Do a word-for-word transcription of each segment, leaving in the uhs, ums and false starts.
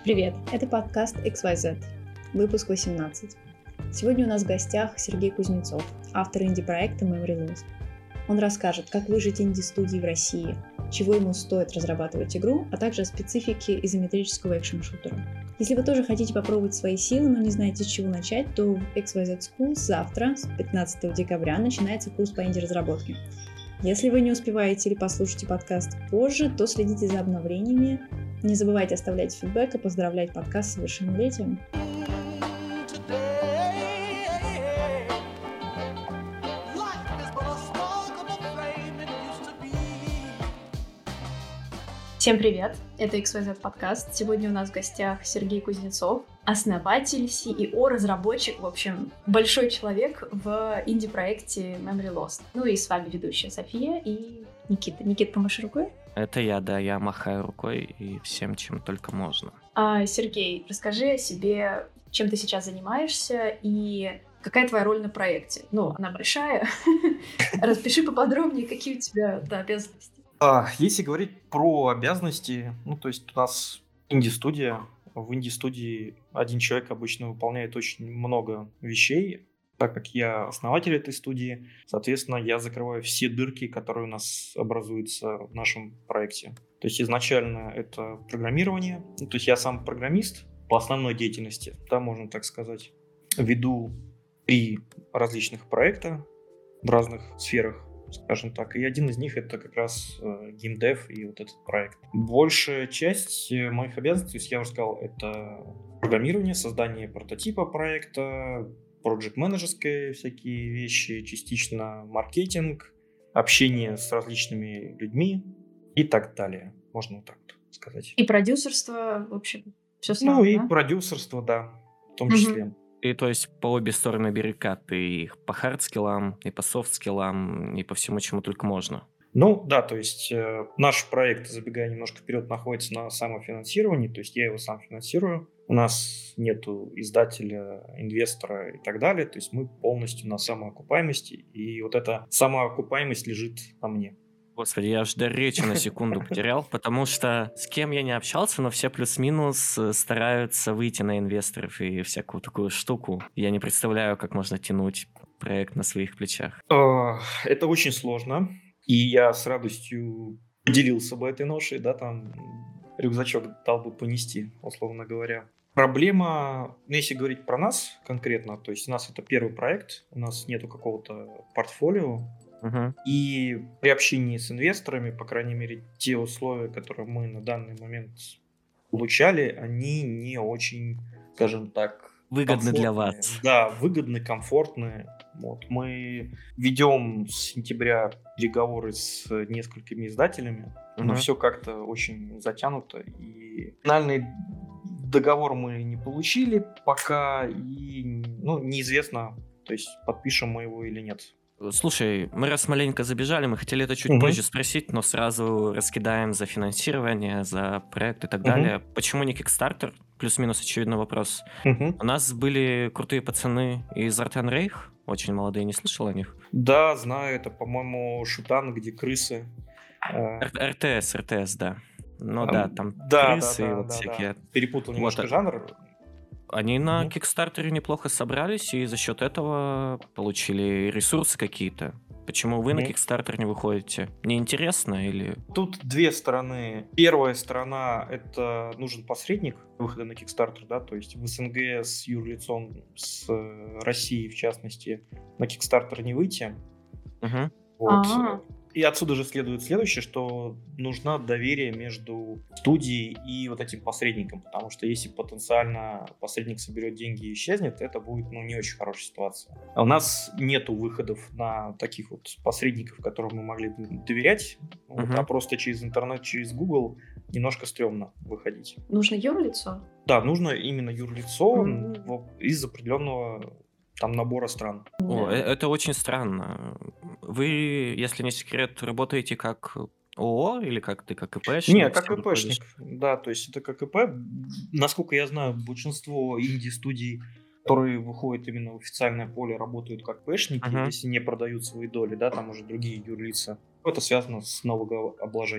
Привет, это подкаст икс вай зет, выпуск восемнадцать. Сегодня у нас в гостях Сергей Кузнецов, автор инди-проекта Memory Lost. Он расскажет, как выжить инди-студии в России, чего ему стоит разрабатывать игру, а также о специфике изометрического экшн-шутера. Если вы тоже хотите попробовать свои силы, но не знаете, с чего начать, то в икс вай зет School завтра, с пятнадцатого декабря, начинается курс по инди-разработке. Если вы не успеваете или послушаете подкаст позже, то следите за обновлениями. Не забывайте оставлять фидбэк и поздравлять подкаст с совершеннолетием. Всем привет! Это икс вай зет подкаст. Сегодня у нас в гостях Сергей Кузнецов, основатель, си и о, разработчик, в общем, большой человек в инди-проекте Memory Lost. Ну и с вами ведущая София и Никита. Никита, помаши рукой. Это я, да, я махаю рукой и всем, чем только можно. А, Сергей, расскажи о себе, чем ты сейчас занимаешься и какая твоя роль на проекте? Ну, она большая. Распиши поподробнее, какие у тебя обязанности. А, если говорить про обязанности, ну, то есть у нас инди-студия. В инди-студии один человек обычно выполняет очень много вещей. Так как я основатель этой студии, соответственно, я закрываю все дырки, которые у нас образуются в нашем проекте. То есть изначально это программирование. Ну, то есть я сам программист по основной деятельности, да, можно так сказать. Веду три различных проекта в разных сферах, скажем так. И один из них это как раз э, геймдев и вот этот проект. Большая часть моих обязанностей, я уже сказал, это программирование, создание прототипа проекта, проект-менеджерские всякие вещи, частично маркетинг, общение с различными людьми и так далее. Можно вот так вот сказать. И продюсерство, в общем, все сразу, Ну и да? продюсерство, да, в том Мгм. числе. И то есть по обе стороны берега ты и по хард-скиллам, и по софт-скиллам, и по всему, чему только можно. Ну да, то есть э, наш проект, забегая немножко вперед, находится на самофинансировании, то есть я его сам финансирую. У нас нету издателя, инвестора и так далее, то есть мы полностью на самоокупаемости, и вот эта самоокупаемость лежит на мне. Господи, я аж дар речи на секунду потерял, потому что с кем я не общался, но все плюс-минус э, стараются выйти на инвесторов и всякую такую штуку. Я не представляю, как можно тянуть проект на своих плечах. Э, Это очень сложно, и я с радостью поделился бы этой ношей, да, там рюкзачок дал бы понести, условно говоря. Проблема, ну, если говорить про нас конкретно, то есть у нас это первый проект, у нас нету какого-то портфолио, Мгм. и при общении с инвесторами, по крайней мере, те условия, которые мы на данный момент получали, они не очень, скажем так, Выгодны для комфортные. вас. Да, выгодны, комфортные. Вот. Мы ведем с сентября переговоры с несколькими издателями, но Мгм. все как-то очень затянуто. И финальный договор мы не получили пока, и ну, неизвестно, то есть подпишем мы его или нет. Слушай, мы раз маленько забежали, мы хотели это чуть Мгм. позже спросить, но сразу раскидаем за финансирование, за проект и так Мгм. далее. Почему не Kickstarter? Плюс-минус очевидный вопрос. Мгм. У нас были крутые пацаны из Art and Rage, очень молодые, не слышал о них? Да, знаю, это, по-моему, шутан, где крысы. Э, Р- РТС, РТС, да. Ну ам, да, там да, да, крысы и да, вот да, всякие. да. Перепутал Вот, немножко а- жанр. Они на Мгм. Кикстартере неплохо собрались и за счет этого получили ресурсы какие-то. Почему вы на Мгм. Кикстартер не выходите? Неинтересно или... Тут две стороны. Первая сторона — это нужен посредник выхода на Kickstarter, да, то есть в СНГ с юрлицом, с э, Россией, в частности, на Kickstarter не выйти. Мгм. Вот. А. И отсюда же следует следующее, что нужно доверие между студией и вот этим посредником, потому что если потенциально посредник соберет деньги и исчезнет, это будет, ну, не очень хорошая ситуация. А у нас нету выходов на таких вот посредников, которым мы могли бы доверять, вот, Мгм. а просто через интернет, через Google немножко стрёмно выходить. Нужно юрлицо? Да, нужно именно юрлицо Мгм. в- из определенного там набора стран. О, Да. э- это очень странно. Вы, если не секрет, работаете как ООО или как ты, как ИПшник? Не, как всем руководишь? ИПшник, да, то есть это как ИП. Насколько я знаю, большинство инди-студий, которые выходят именно в официальное поле, работают как ИПшники, Мгм. если не продают свои доли, да, там уже другие юрлица. Это связано с налогообложением.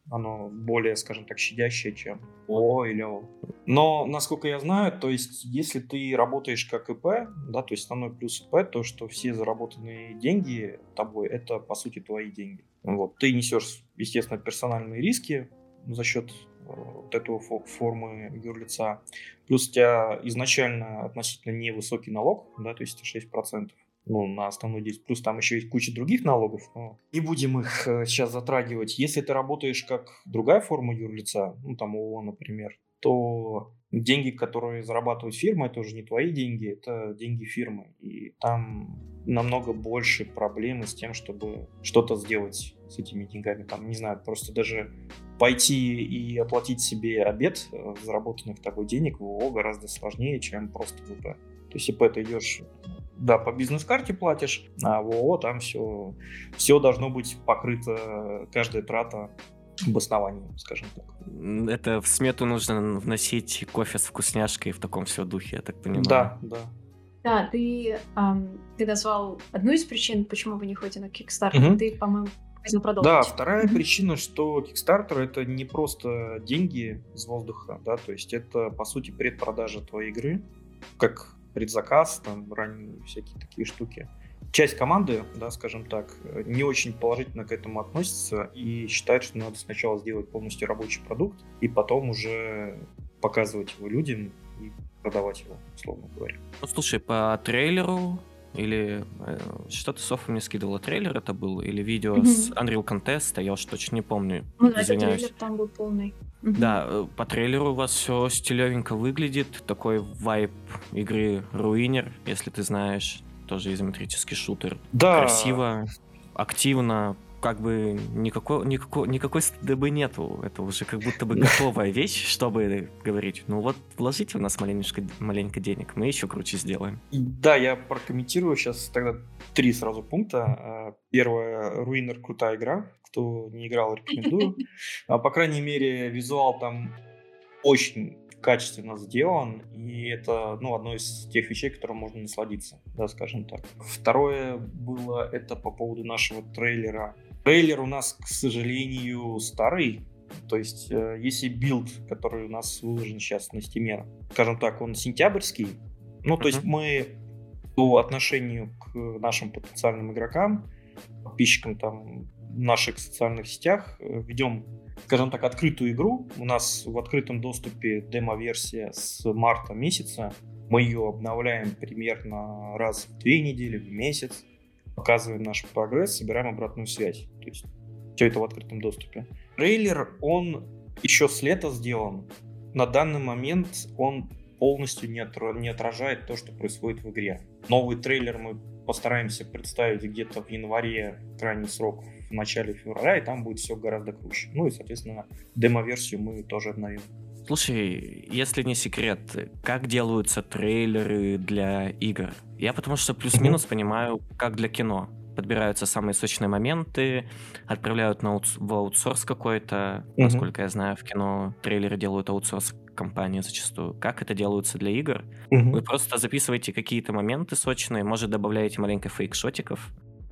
Оно более, скажем так, щадящее, чем ООО или ООО. Но, насколько я знаю, то есть, если ты работаешь как ИП, да, то есть основной плюс ИП, то, что все заработанные деньги тобой, это, по сути, твои деньги. Вот. Ты несешь, естественно, персональные риски за счет э, вот этого фо- формы юрлица. Плюс у тебя изначально относительно невысокий налог, да, то есть шесть процентов. Ну, на основной действие. Плюс там еще есть куча других налогов, но не будем их э, сейчас затрагивать. Если ты работаешь как другая форма юрлица, ну, там ООО, например, то деньги, которые зарабатывает фирма, это уже не твои деньги, это деньги фирмы. И там намного больше проблемы с тем, чтобы что-то сделать с этими деньгами. Там, не знаю, просто даже пойти и оплатить себе обед э, заработанных тобой денег в ООО гораздо сложнее, чем просто в ИП. То есть ИП ты идешь, да, по бизнес-карте платишь, а в ООО там все, все должно быть покрыто, каждая трата обоснованием, скажем так. М, Это в смету нужно вносить кофе с вкусняшкой в таком все духе, я так понимаю. Да, да. Да, ты, ам, ты назвал одну из причин, почему вы не ходите на Kickstarter. Мгм. Ты, по-моему, хотел Да, продолжить. вторая Мгм. причина, что Kickstarter это не просто деньги из воздуха, да, то есть это по сути предпродажа твоей игры, как предзаказ, там ранние всякие такие штуки. Часть команды, да, скажем так, э, не очень положительно к этому относится и считает, что надо сначала сделать полностью рабочий продукт и потом уже показывать его людям и продавать его, условно говоря. Ну, слушай, по трейлеру или э, что-то Софа мне скидывала, трейлер это был, или видео с Мгм. Unreal Contest, я уж точно не помню, Ну да, этот извиняюсь. трейлер там был полный. Мгм. Да, э, по трейлеру у вас все стилевенько выглядит, такой вайб игры Ruiner, если ты знаешь, тоже изометрический шутер. Да, Красиво, активно, как бы никакой, никакой, никакой стыдобы нету. Это уже как будто бы готовая вещь, чтобы говорить, ну вот вложите в нас маленечко, маленько денег, мы еще круче сделаем. И да, я прокомментирую сейчас тогда три сразу пункта. А, Первое, Ruiner крутая игра. Кто не играл, рекомендую. А, По крайней мере, визуал там очень качественно сделан, и это, ну, одно из тех вещей, которым можно насладиться, да, скажем так. Второе было это по поводу нашего трейлера. Трейлер у нас, к сожалению, старый. То есть, э, если билд, который у нас выложен сейчас на стиме, скажем так, он сентябрьский, ну, то есть Мгм. мы по отношению к нашим потенциальным игрокам, подписчикам там в наших социальных сетях э, ведем, скажем так, открытую игру. У нас в открытом доступе демо-версия с марта месяца. Мы ее обновляем примерно раз в две недели, в месяц. Показываем наш прогресс, собираем обратную связь. То есть все это в открытом доступе. Трейлер, он еще с лета сделан. На данный момент он полностью не, отра- не отражает то, что происходит в игре. Новый трейлер мы постараемся представить где-то в январе, крайний срок в начале февраля, и там будет все гораздо круче. Ну и, соответственно, демо-версию мы тоже обновим. Слушай, если не секрет, как делаются трейлеры для игр? Я потому что плюс-минус понимаю, как для кино. Подбираются самые сочные моменты, отправляют на аутс- в аутсорс какой-то. Мгм. Насколько я знаю, в кино трейлеры делают аутсорс компании зачастую. Как это делается для игр? Мгм. Вы просто записываете какие-то моменты сочные, может, добавляете маленько фейк-шотиков?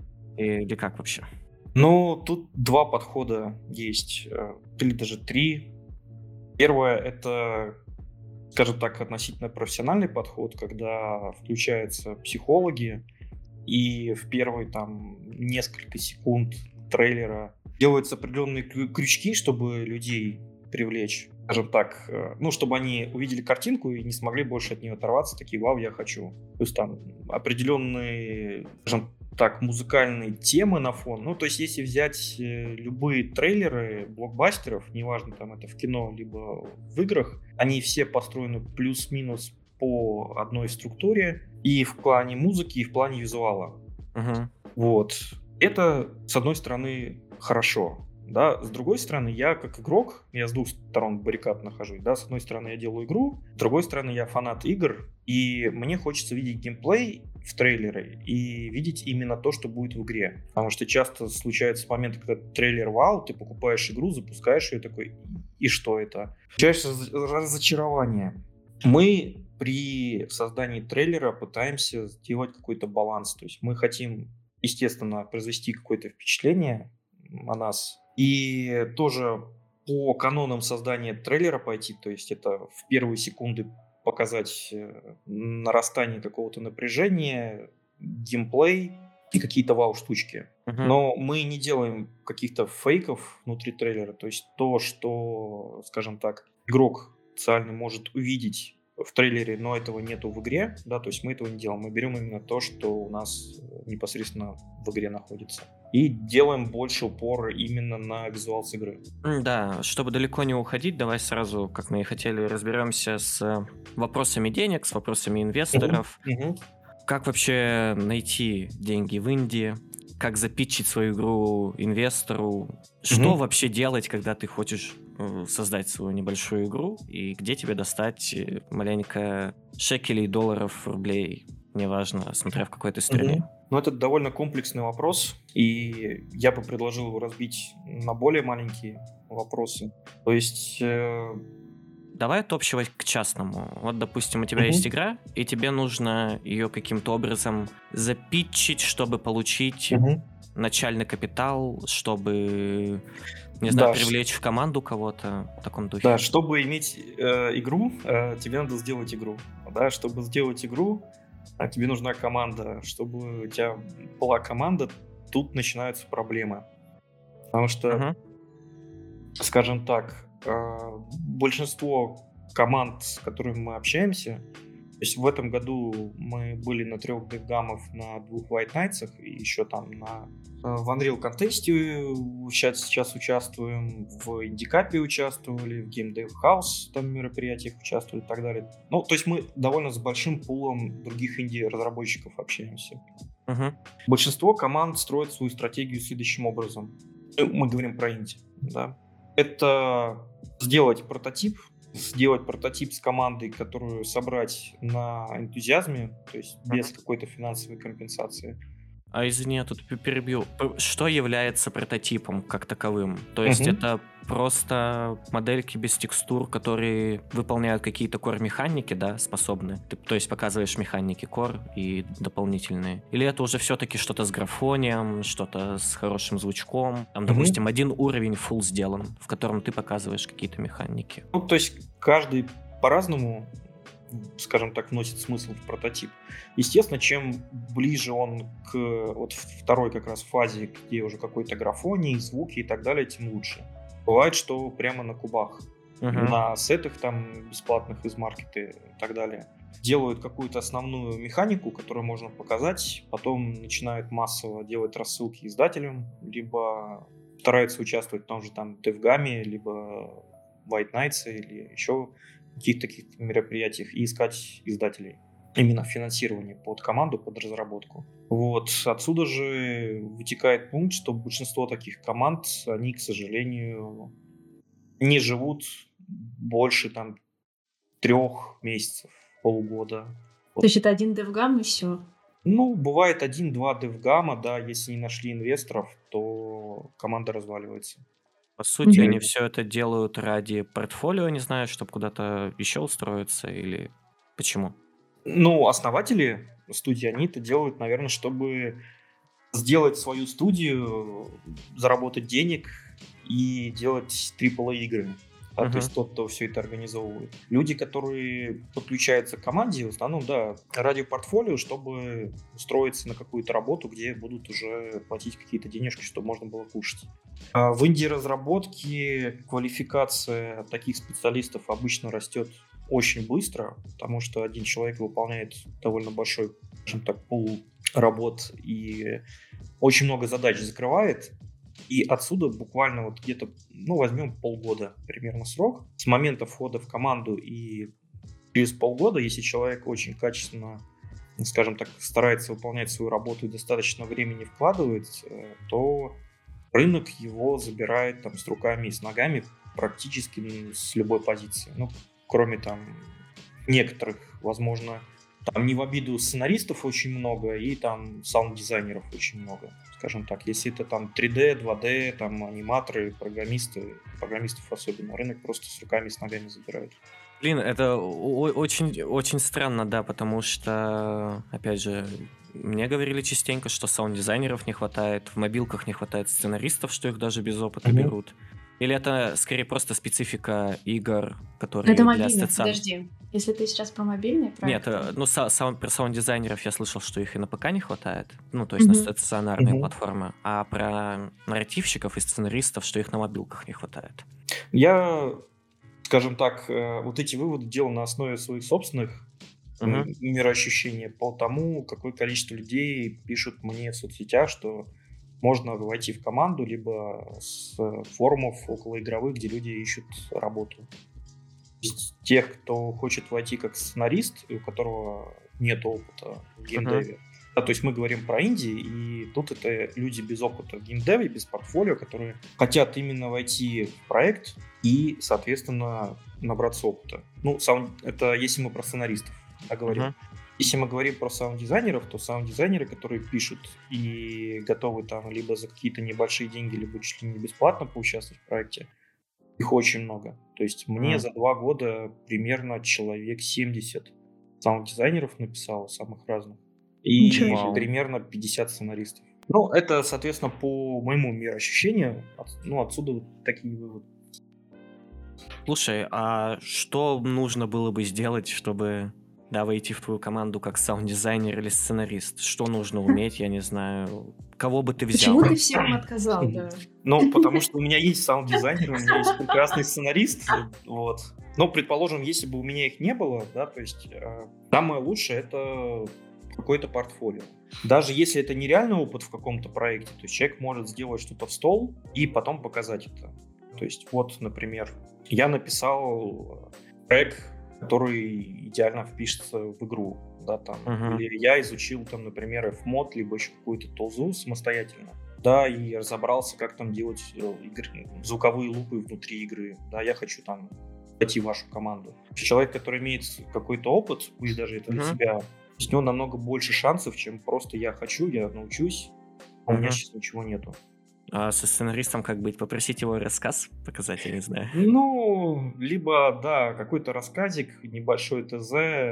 Или как вообще? Ну, тут два подхода есть, э, или даже три. Первое — это, скажем так, относительно профессиональный подход, когда включаются психологи, и в первые там несколько секунд трейлера делаются определенные крю- крючки, чтобы людей привлечь, скажем так, э, ну, чтобы они увидели картинку и не смогли больше от нее оторваться, такие, вау, я хочу. То есть там определенные, скажем так, музыкальные темы на фон. Ну, то есть если взять э, любые трейлеры блокбастеров, неважно, там это в кино, либо в играх, они все построены плюс-минус по одной структуре и в плане музыки, и в плане визуала. Мгм. Вот. Это, с одной стороны, хорошо. Да, с другой стороны, я как игрок, я с двух сторон баррикад нахожусь, да, с одной стороны я делаю игру, с другой стороны я фанат игр, и мне хочется видеть геймплей в трейлере и видеть именно то, что будет в игре. Потому что часто случаются моменты, когда трейлер вау, ты покупаешь игру, запускаешь ее такой, и что это? Получаешь раз- разочарование. Мы при создании трейлера пытаемся сделать какой-то баланс. То есть мы хотим, естественно, произвести какое-то впечатление о нас. И тоже по канонам создания трейлера пойти, то есть это в первые секунды показать э, нарастание какого-то напряжения, геймплей и какие-то вау-штучки. Мгм. Но мы не делаем каких-то фейков внутри трейлера, то есть то, что, скажем так, игрок социальный может увидеть в трейлере, но этого нету в игре, да, то есть мы этого не делаем. Мы берем именно то, что у нас э, непосредственно в игре находится. И делаем больше упор именно на визуал с игры. М, Да, чтобы далеко не уходить, давай сразу, как мы и хотели, разберемся с э, вопросами денег, с вопросами инвесторов. Мгм. Как вообще найти деньги в Индии? Как запитчить свою игру инвестору? Что Мгм. вообще делать, когда ты хочешь э, создать свою небольшую игру? И где тебе достать э, маленько шекелей, долларов, рублей? Неважно, смотря в какой ты стране. Мгм. Ну, это довольно комплексный вопрос, и я бы предложил его разбить на более маленькие вопросы. То есть, э, Давай от общего к частному. Вот, допустим, у тебя есть мгм, игра, и тебе нужно ее каким-то образом запитчить, чтобы получить мгм. начальный капитал, чтобы, не знаю, Да, ш- привлечь в команду кого-то в таком да, духе. чтобы иметь э, игру, э, тебе надо сделать игру. Да, чтобы сделать игру, а тебе нужна команда. Чтобы у тебя была команда, тут начинаются проблемы. Потому что, Мгм. скажем так, э, большинство команд, с которыми мы общаемся, то есть в этом году мы были на трех девгамов, на двух White Knights и еще там на э, в Unreal Contest сейчас, сейчас участвуем, в Индикапе участвовали, в Game Dev House там мероприятиях участвовали и так далее. Ну, то есть мы довольно с большим пулом других инди-разработчиков общаемся. Мгм. Большинство команд строят свою стратегию следующим образом. Ну, мы говорим про инди, да. Это сделать прототип, сделать прототип с командой, которую собрать на энтузиазме, то есть без Мгм. какой-то финансовой компенсации. А извини, я тут п- перебью. П- Что является прототипом как таковым? То есть Мгм. это просто модельки без текстур, которые выполняют какие-то core-механики, да, способны? Ты, то есть показываешь механики core и дополнительные? Или это уже все-таки что-то с графонием, что-то с хорошим звучком? Там, Мгм. допустим, один уровень full сделан, в котором ты показываешь какие-то механики. Ну, то есть каждый по-разному, скажем так, вносит смысл в прототип. Естественно, чем ближе он к вот второй как раз фазе, где уже какой-то графоний, звуки и так далее, тем лучше. Бывает, что прямо на кубах, Мгм. на сетах там бесплатных из маркета и так далее, делают какую-то основную механику, которую можно показать, потом начинают массово делать рассылки издателям, либо стараются участвовать в том же там DevGAM, либо White Knights или еще каких-то таких мероприятиях и искать издателей. Именно финансирование под команду, под разработку. Вот. Отсюда же вытекает пункт, что большинство таких команд, они, к сожалению, не живут больше там трех месяцев, полгода. То есть это один девгам и все. Ну, бывает один-два девгама, да, если не нашли инвесторов, то команда разваливается. По сути, они Мгм. все это делают ради портфолио, не знаю, чтобы куда-то еще устроиться, или почему? Ну, основатели студии, они это делают, наверное, чтобы сделать свою студию, заработать денег и делать трипл эй игры. Да, то Мгм. есть тот, кто все это организовывает. Люди, которые подключаются к команде, в основном, да, ради портфолио, чтобы устроиться на какую-то работу, где будут уже платить какие-то денежки, чтобы можно было кушать. А в инди-разработке квалификация таких специалистов обычно растет очень быстро, потому что один человек выполняет довольно большой, скажем так, пул работ и очень много задач закрывает. И отсюда буквально вот где-то, ну, возьмем полгода примерно срок. С момента входа в команду и через полгода, если человек очень качественно, скажем так, старается выполнять свою работу и достаточно времени вкладывает, э, то рынок его забирает там с руками и с ногами практически ну, с любой позиции. Ну, кроме там некоторых, возможно, там не в обиду сценаристов очень много и там саунд-дизайнеров очень много, скажем так. Если это там три дэ, два дэ, там аниматоры, программисты, программистов особенно, рынок просто с руками и с ногами забирают. Блин, это о- о- очень, очень странно, да, потому что, опять же, мне говорили частенько, что саунд-дизайнеров не хватает, в мобилках не хватает сценаристов, что их даже без опыта Мгм. берут. Или это скорее просто специфика игр, которые Это для мобильный, стационарных? подожди. Если ты сейчас про мобильные Нет, проекты... э, ну, са- сау- про саунд-дизайнеров я слышал, что их и на ПК не хватает, ну, то есть на Мгм. стационарные Мгм. платформы, а про нарративщиков и сценаристов, что их на мобилках не хватает. Я, скажем так, э, вот эти выводы делал на основе своих собственных м, Мгм. мироощущений по тому, какое количество людей пишут мне в соцсетях, что можно войти в команду, либо с форумов околоигровых, где люди ищут работу. То есть тех, кто хочет войти как сценарист, и у которого нет опыта в Мгм. геймдеве. Да, то есть мы говорим про инди, и тут это люди без опыта в геймдеве, без портфолио, которые хотят именно войти в проект и, соответственно, набраться опыта. Ну, саунд- это если мы про сценаристов да, говорим. Мгм. Если мы говорим про саунд-дизайнеров, то саунд-дизайнеры, которые пишут и готовы там либо за какие-то небольшие деньги, либо чуть ли не бесплатно поучаствовать в проекте, их очень много. То есть мне Мгм. за два года примерно человек семьдесят саунд-дизайнеров написало, самых разных, Ничего и себе. Вау. примерно пятьдесят сценаристов. Ну, это, соответственно, по моему мироощущению, от- ну, отсюда вот такие выводы. Слушай, а что нужно было бы сделать, чтобы, да, войти в твою команду как саунд-дизайнер или сценарист? Что нужно уметь, я не знаю. Кого бы ты взял? Почему ты всем отказал, да? Ну, потому что у меня есть саунд-дизайнер, у меня есть прекрасный сценарист, вот. Но, предположим, если бы у меня их не было, да, то есть э, самое лучшее это какое-то портфолио. Даже если это нереальный опыт в каком-то проекте, то есть человек может сделать что-то в стол и потом показать это. То есть вот, например, я написал трек, который идеально впишется в игру, да, там, Мгм. или я изучил там, например, эф мод, либо еще какую-то тулзу самостоятельно, да, и разобрался, как там делать э, игр- звуковые лупы внутри игры, да, я хочу там войти в вашу команду. Человек, который имеет какой-то опыт, пусть даже это для Мгм. себя, то есть у него намного больше шансов, чем просто я хочу, я научусь, а у меня Мгм. сейчас ничего нету. А со сценаристом как быть? Попросить его рассказ показать, я не знаю. Ну, либо, да, какой-то рассказик, небольшой ТЗ,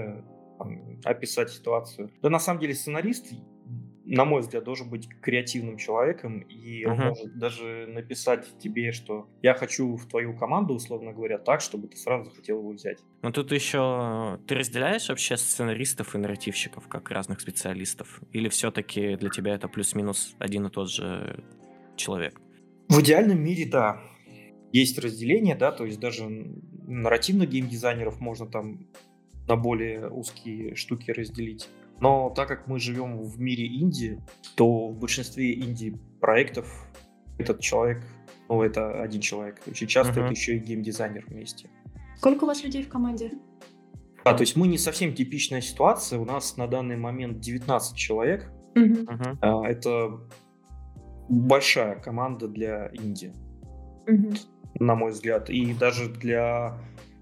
там, описать ситуацию. Да, на самом деле, сценарист, на мой взгляд, должен быть креативным человеком, и он Мгм. может даже написать тебе, что я хочу в твою команду, условно говоря, так, чтобы ты сразу захотел его взять. Но тут еще ты разделяешь вообще сценаристов и нарративщиков как разных специалистов? Или все-таки для тебя это плюс-минус один и тот же человек? В идеальном мире, да, есть разделение, да, то есть даже нарративных геймдизайнеров можно там на более узкие штуки разделить. Но так как мы живем в мире инди, то в большинстве инди-проектов этот человек, ну, это один человек. Очень часто Мгм. это еще и геймдизайнер вместе. Сколько у вас людей в команде? А, то есть мы не совсем типичная ситуация. У нас на данный момент девятнадцать человек. Мгм. Мгм. А, Это большая команда для инди, Мгм. на мой взгляд. И даже для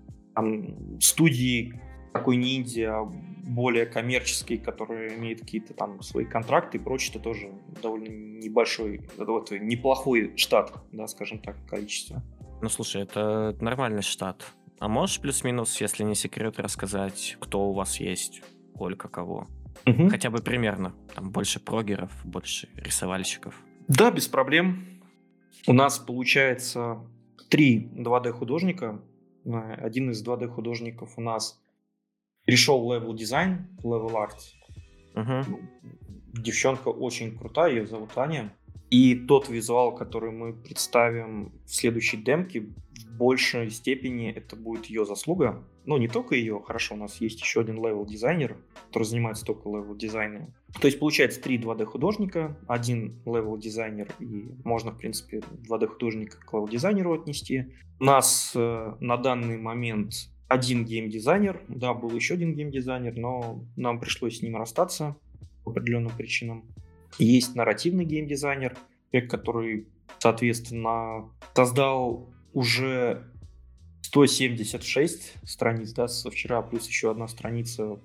там, студии такой не инди, а более коммерческой, которые имеют какие-то там свои контракты и прочее, это тоже довольно небольшой, вот, неплохой штат, да, скажем так, количество. Ну, слушай, это нормальный штат. А можешь плюс-минус, если не секрет, рассказать, кто у вас есть, сколько кого? Мгм. Хотя бы примерно. Там больше прогеров, больше рисовальщиков. Да, без проблем. У нас получается три два дэ художника. Э, Один из два дэ художников у нас перешел level дизайн, level art. Мгм. Девчонка очень крутая, ее зовут Аня. И тот визуал, который мы представим в следующей демке, в большей степени это будет ее заслуга. Но не только ее, хорошо, у нас есть еще один левел-дизайнер, который занимается только левел-дизайном. То есть получается три два дэ художника, один левел-дизайнер, и можно, в принципе, два дэ художника к левел-дизайнеру отнести. У нас э, на данный момент один геймдизайнер, да, был еще один геймдизайнер, но нам пришлось с ним расстаться по определенным причинам. Есть нарративный геймдизайнер, человек, который, соответственно, создал уже сто семьдесят шесть страниц, да, со вчера, плюс еще одна страница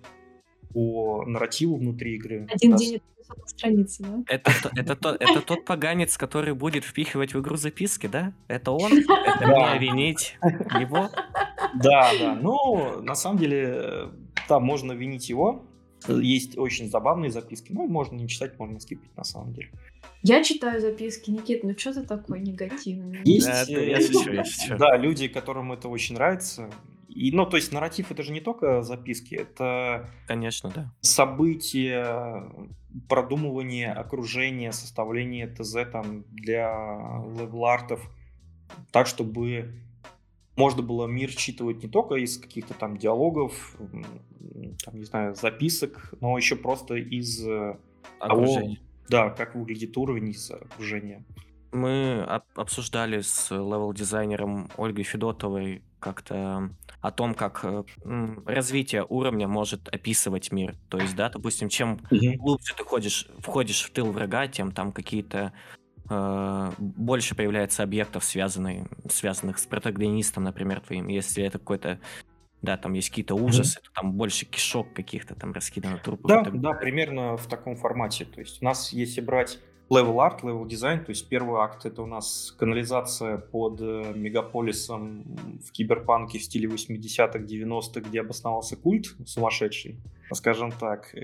по нарративу внутри игры. Один Да, день это высота страницы, да? Это, то- это, то- это тот поганец, который будет впихивать в игру записки, да? Это он? Это мне Да. винить его? Да, да. Ну, на самом деле, э, да, можно винить его. Есть очень забавные записки, но можно не читать, можно скипать на самом деле. Я читаю записки, Никит, ну что ты такой негативный? Есть, Да, это э, я шучу, я шучу. да, люди, которым это очень нравится. И, ну, то есть нарратив это же не только записки, это Конечно, да. события, продумывание окружения, составление ТЗ там для левел-артов, так, чтобы можно было мир считывать не только из каких-то там диалогов, м, там, не знаю, записок, но еще просто из э, того, Окружение. да, как выглядит уровень из окружения. Мы об- обсуждали с левел-дизайнером Ольгой Федотовой как-то о том, как э, м, развитие уровня может описывать мир. То есть, да, допустим, чем Мгм. глубже ты ходишь, входишь в тыл врага, тем там какие-то э, больше появляется объектов, связанных, связанных с протагонистом, например, твоим. Если это какой-то, да, там есть какие-то Мгм. ужасы, то там больше кишок каких-то, там раскидано трупов и Да, так да, далее. примерно в таком формате. То есть у нас, если брать level art, level design, то есть первый акт это у нас канализация под э, мегаполисом в киберпанке в стиле восьмидесятых, девяностых, где обосновался культ сумасшедший, скажем так.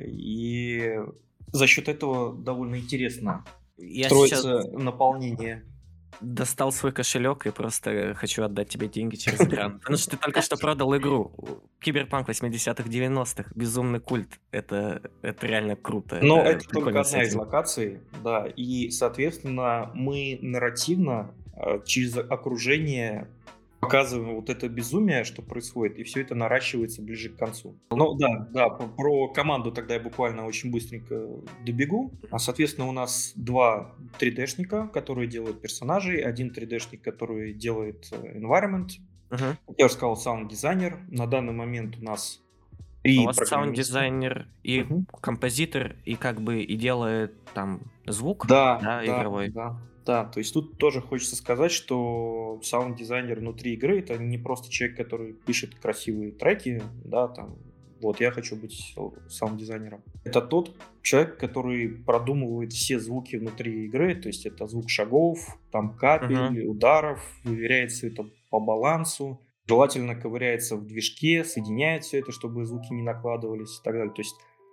И за счет этого довольно интересно Я сейчас строится наполнение. достал свой кошелек и просто хочу отдать тебе деньги через экран. Потому что ты только что продал игру. Киберпанк восьмидесятых, девяностых. Безумный культ. Это, это реально круто. Но Это это только прикольно одна из сеттинг. локаций, да, и, соответственно, мы нарративно э, через окружение показываем вот это безумие, что происходит, и все это наращивается ближе к концу. Ну да, да, п- про команду тогда я буквально очень быстренько добегу. А, Соответственно, у нас два три дэ-шника, которые делают персонажей, один три дэ-шник, который делает э, environment. Мгм. Как я уже сказал, саунд-дизайнер. На данный момент у нас У три вас программиста. саунд-дизайнер и Мгм. композитор, и как бы и делает там звук, Да, да, да, игровой. да, да. То есть тут тоже хочется сказать, что саунд-дизайнер внутри игры это не просто человек, который пишет красивые треки, да, там, вот я хочу быть саунд-дизайнером. Это тот человек, который продумывает все звуки внутри игры, то есть это звук шагов, там капель, ударов, выверяет все это по балансу, желательно ковыряется в движке, соединяет все это, чтобы звуки не накладывались и так далее. То есть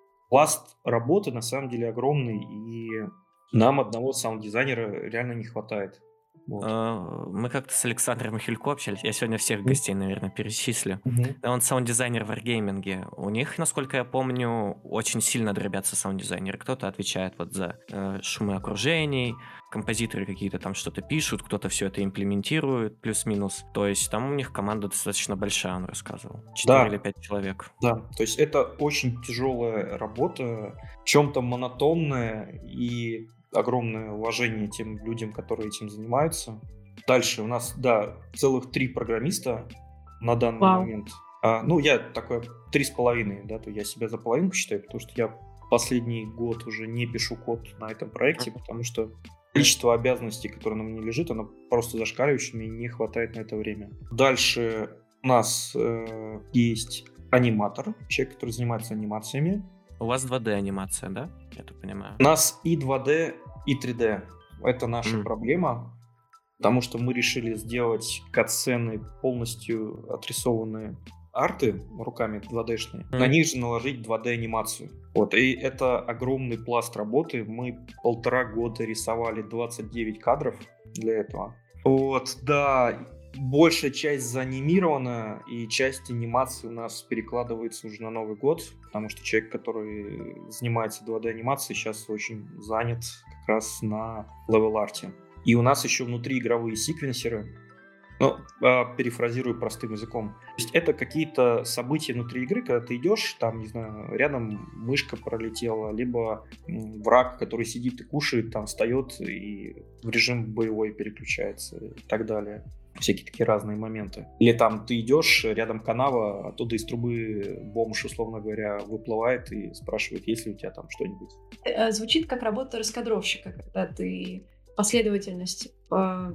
пласт работы на самом деле огромный, и нам одного саунд-дизайнера реально не хватает. Вот. Э, Мы как-то с Александром Михелько общались. Я сегодня всех гостей, наверное, перечислю. Мгм. Да, он саунд-дизайнер в Wargaming. У них, насколько я помню, очень сильно дробятся саунд-дизайнеры. Кто-то отвечает вот за э, шумы окружений, композиторы какие-то там что-то пишут, кто-то все это имплементирует, плюс-минус. То есть там у них команда достаточно большая, он рассказывал. Четыре Да. или пять человек. Да, то есть это очень тяжелая работа, в чем-то монотонная, и огромное уважение тем людям, которые этим занимаются. Дальше у нас, да, целых три программиста на данный Вау. момент. А, ну, я такой три с половиной, да, то я себя за половинку считаю, потому что я последний год уже не пишу код на этом проекте, потому что количество обязанностей, которое на мне лежит, оно просто зашкаливающее, мне не хватает на это время. Дальше у нас э, есть аниматор, человек, который занимается анимациями. У вас два дэ анимация, да? Я так понимаю. У нас и два дэ, и три дэ. Это наша Мгм. проблема, потому что мы решили сделать катсцены полностью отрисованные арты руками два дэ-шные, на Мгм. них же наложить два дэ анимацию. Вот, и это огромный пласт работы. Мы полтора года рисовали двадцать девять кадров для этого. Вот, да, большая часть заанимирована, и часть анимации у нас перекладывается уже на Новый год, потому что человек, который занимается два дэ анимацией, сейчас очень занят как раз на левел-арте. И у нас еще внутри игровые секвенсеры. Ну, а, перефразирую простым языком. То есть это какие-то события внутри игры, когда ты идешь, там, не знаю, рядом мышка пролетела, либо м, враг, который сидит и кушает, там встает и в режим боевой переключается и так далее. Всякие такие разные моменты. Или там ты идешь, рядом канава, оттуда из трубы бомж, условно говоря, выплывает и спрашивает, есть ли у тебя там что-нибудь. Э, Звучит как работа раскадровщика, когда ты последовательность э,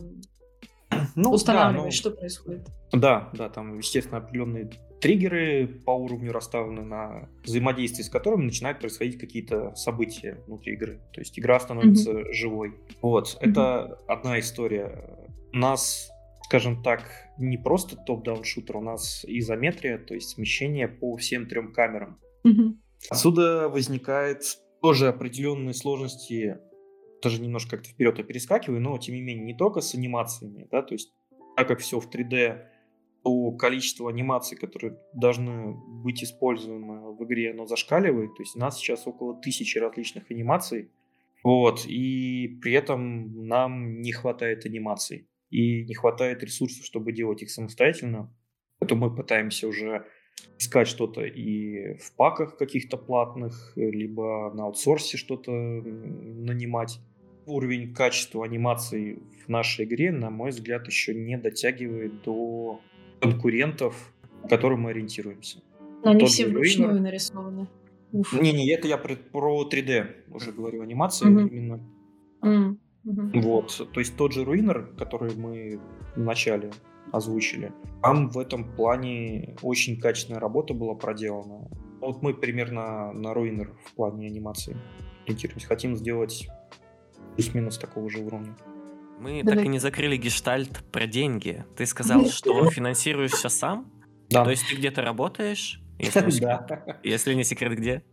Ну, устанавливаешь, да, что происходит. ну, да, да, там, естественно, определенные триггеры по уровню расставлены, на взаимодействие с которыми начинают происходить какие-то события внутри игры. То есть игра становится живой. Вот, это одна история. У нас, скажем так, не просто топ-даун шутер, у нас изометрия, то есть смещение по всем трем камерам. Мгм. Отсюда возникает тоже определенные сложности, даже немножко как-то вперед я перескакиваю, но тем не менее не только с анимациями, да, то есть так как все в три дэ, то количество анимаций, которые должны быть используемы в игре, оно зашкаливает, то есть у нас сейчас около тысячи различных анимаций, вот, и при этом нам не хватает анимаций и не хватает ресурсов, чтобы делать их самостоятельно, поэтому мы пытаемся уже искать что-то и в паках каких-то платных, либо на аутсорсе что-то нанимать. Уровень качества анимаций в нашей игре, на мой взгляд, еще не дотягивает до конкурентов, на которые мы ориентируемся. Но они Тот все же вручную Ruiner- нарисованы. Уф. Не-не, это я про, про три дэ уже говорю, анимации Мгм. именно. М, мгм. Вот, то есть тот же Ruiner, который мы вначале озвучили, там в этом плане очень качественная работа была проделана. Вот мы примерно на Ruiner в плане анимации ориентируемся. Хотим сделать плюс-минус такого же уровня. Мы Давай. так и не закрыли гештальт про деньги. Ты сказал, что финансируешь все сам? Да. То есть ты где-то работаешь? Если не секрет, Да. если не секрет, где?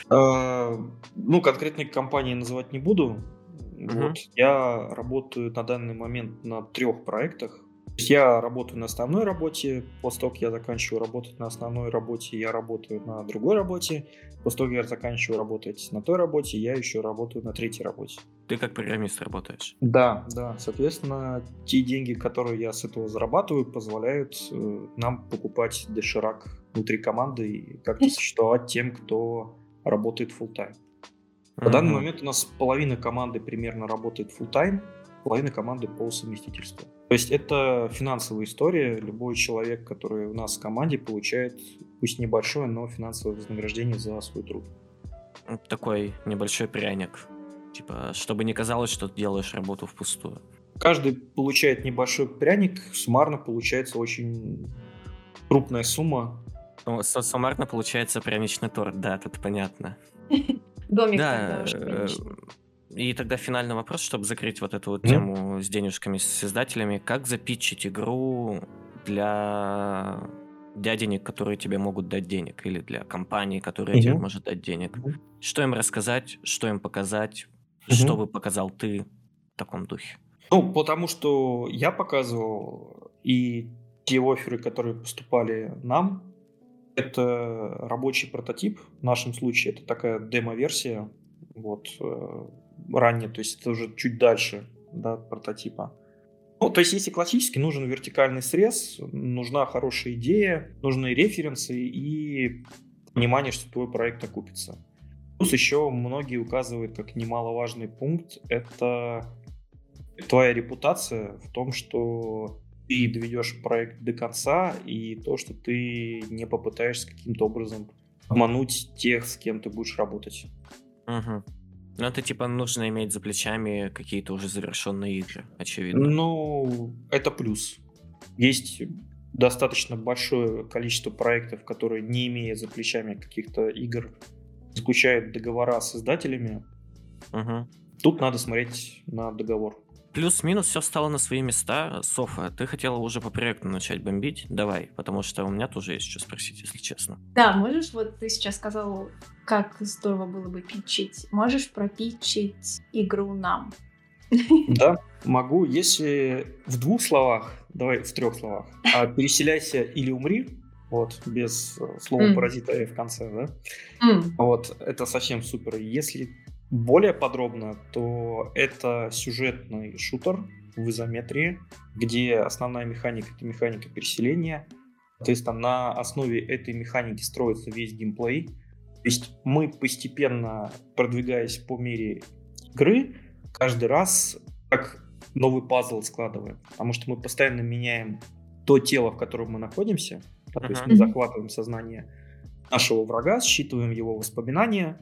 Э, Ну, конкретной компании называть не буду. Мгм. Вот. Я работаю на данный момент на трех проектах. То есть я работаю на основной работе, после того, как я заканчиваю работать на основной работе, я работаю на другой работе, после того, как я заканчиваю работать на той работе, я еще работаю на третьей работе. Ты как программист работаешь. Да, да, соответственно, те деньги, которые я с этого зарабатываю, позволяют э, нам покупать доширак внутри команды и как-то существовать тем, кто работает full-time. На данный Мгм. момент у нас половина команды примерно работает full-time, половина команды по совместительству. То есть это финансовая история. Любой человек, который у нас в команде, получает, пусть небольшое, но финансовое вознаграждение за свой труд. Такой небольшой пряник. Типа, чтобы не казалось, что ты делаешь работу впустую. Каждый получает небольшой пряник, суммарно получается очень крупная сумма. Ну, со- Суммарно получается пряничный торт, да, тут понятно. Домик Да, тогда уж, э, конечно. и тогда финальный вопрос, чтобы закрыть вот эту вот Мгм. тему с денежками, с издателями. Как запитчить игру для дяденек, которые тебе могут дать денег, или для компании, которая тебе Мгм. может дать денег? Мгм. Что им рассказать, что им показать, Мгм. что бы показал ты в таком духе? Ну, потому что я показывал, и те офферы, которые поступали нам, это рабочий прототип. В нашем случае это такая демо-версия, вот, э, ранее, то есть это уже чуть дальше, да, от прототипа. Ну, то есть если классически нужен вертикальный срез, нужна хорошая идея, нужны референсы и понимание, что твой проект окупится. Плюс еще многие указывают как немаловажный пункт, это твоя репутация в том, что ты доведешь проект до конца, и то, что ты не попытаешься каким-то образом обмануть тех, с кем ты будешь работать. Мгм. Ну, это типа нужно иметь за плечами какие-то уже завершенные игры, очевидно. Ну, это плюс. Есть достаточно большое количество проектов, которые, не имея за плечами каких-то игр, заключают договора с издателями. Мгм. Тут надо смотреть на договор. Плюс-минус все встало на свои места. Софа, ты хотела уже по проекту начать бомбить? Давай, потому что у меня тоже есть что спросить, если честно. Да, можешь, вот ты сейчас сказал, как здорово было бы питчить. Можешь пропитчить игру нам? Да, могу. Если в двух словах, давай в трех словах, а, переселяйся или умри, вот, без э, слова М. паразита «э» в конце, да, М. вот, это совсем супер. Если более подробно, то это сюжетный шутер в изометрии, где основная механика — это механика переселения. Соответственно, на основе этой механики строится весь геймплей. То есть мы постепенно, продвигаясь по мере игры, каждый раз как новый пазл складываем. Потому что мы постоянно меняем то тело, в котором мы находимся. Да, то есть Мгм. мы захватываем сознание нашего врага, считываем его воспоминания,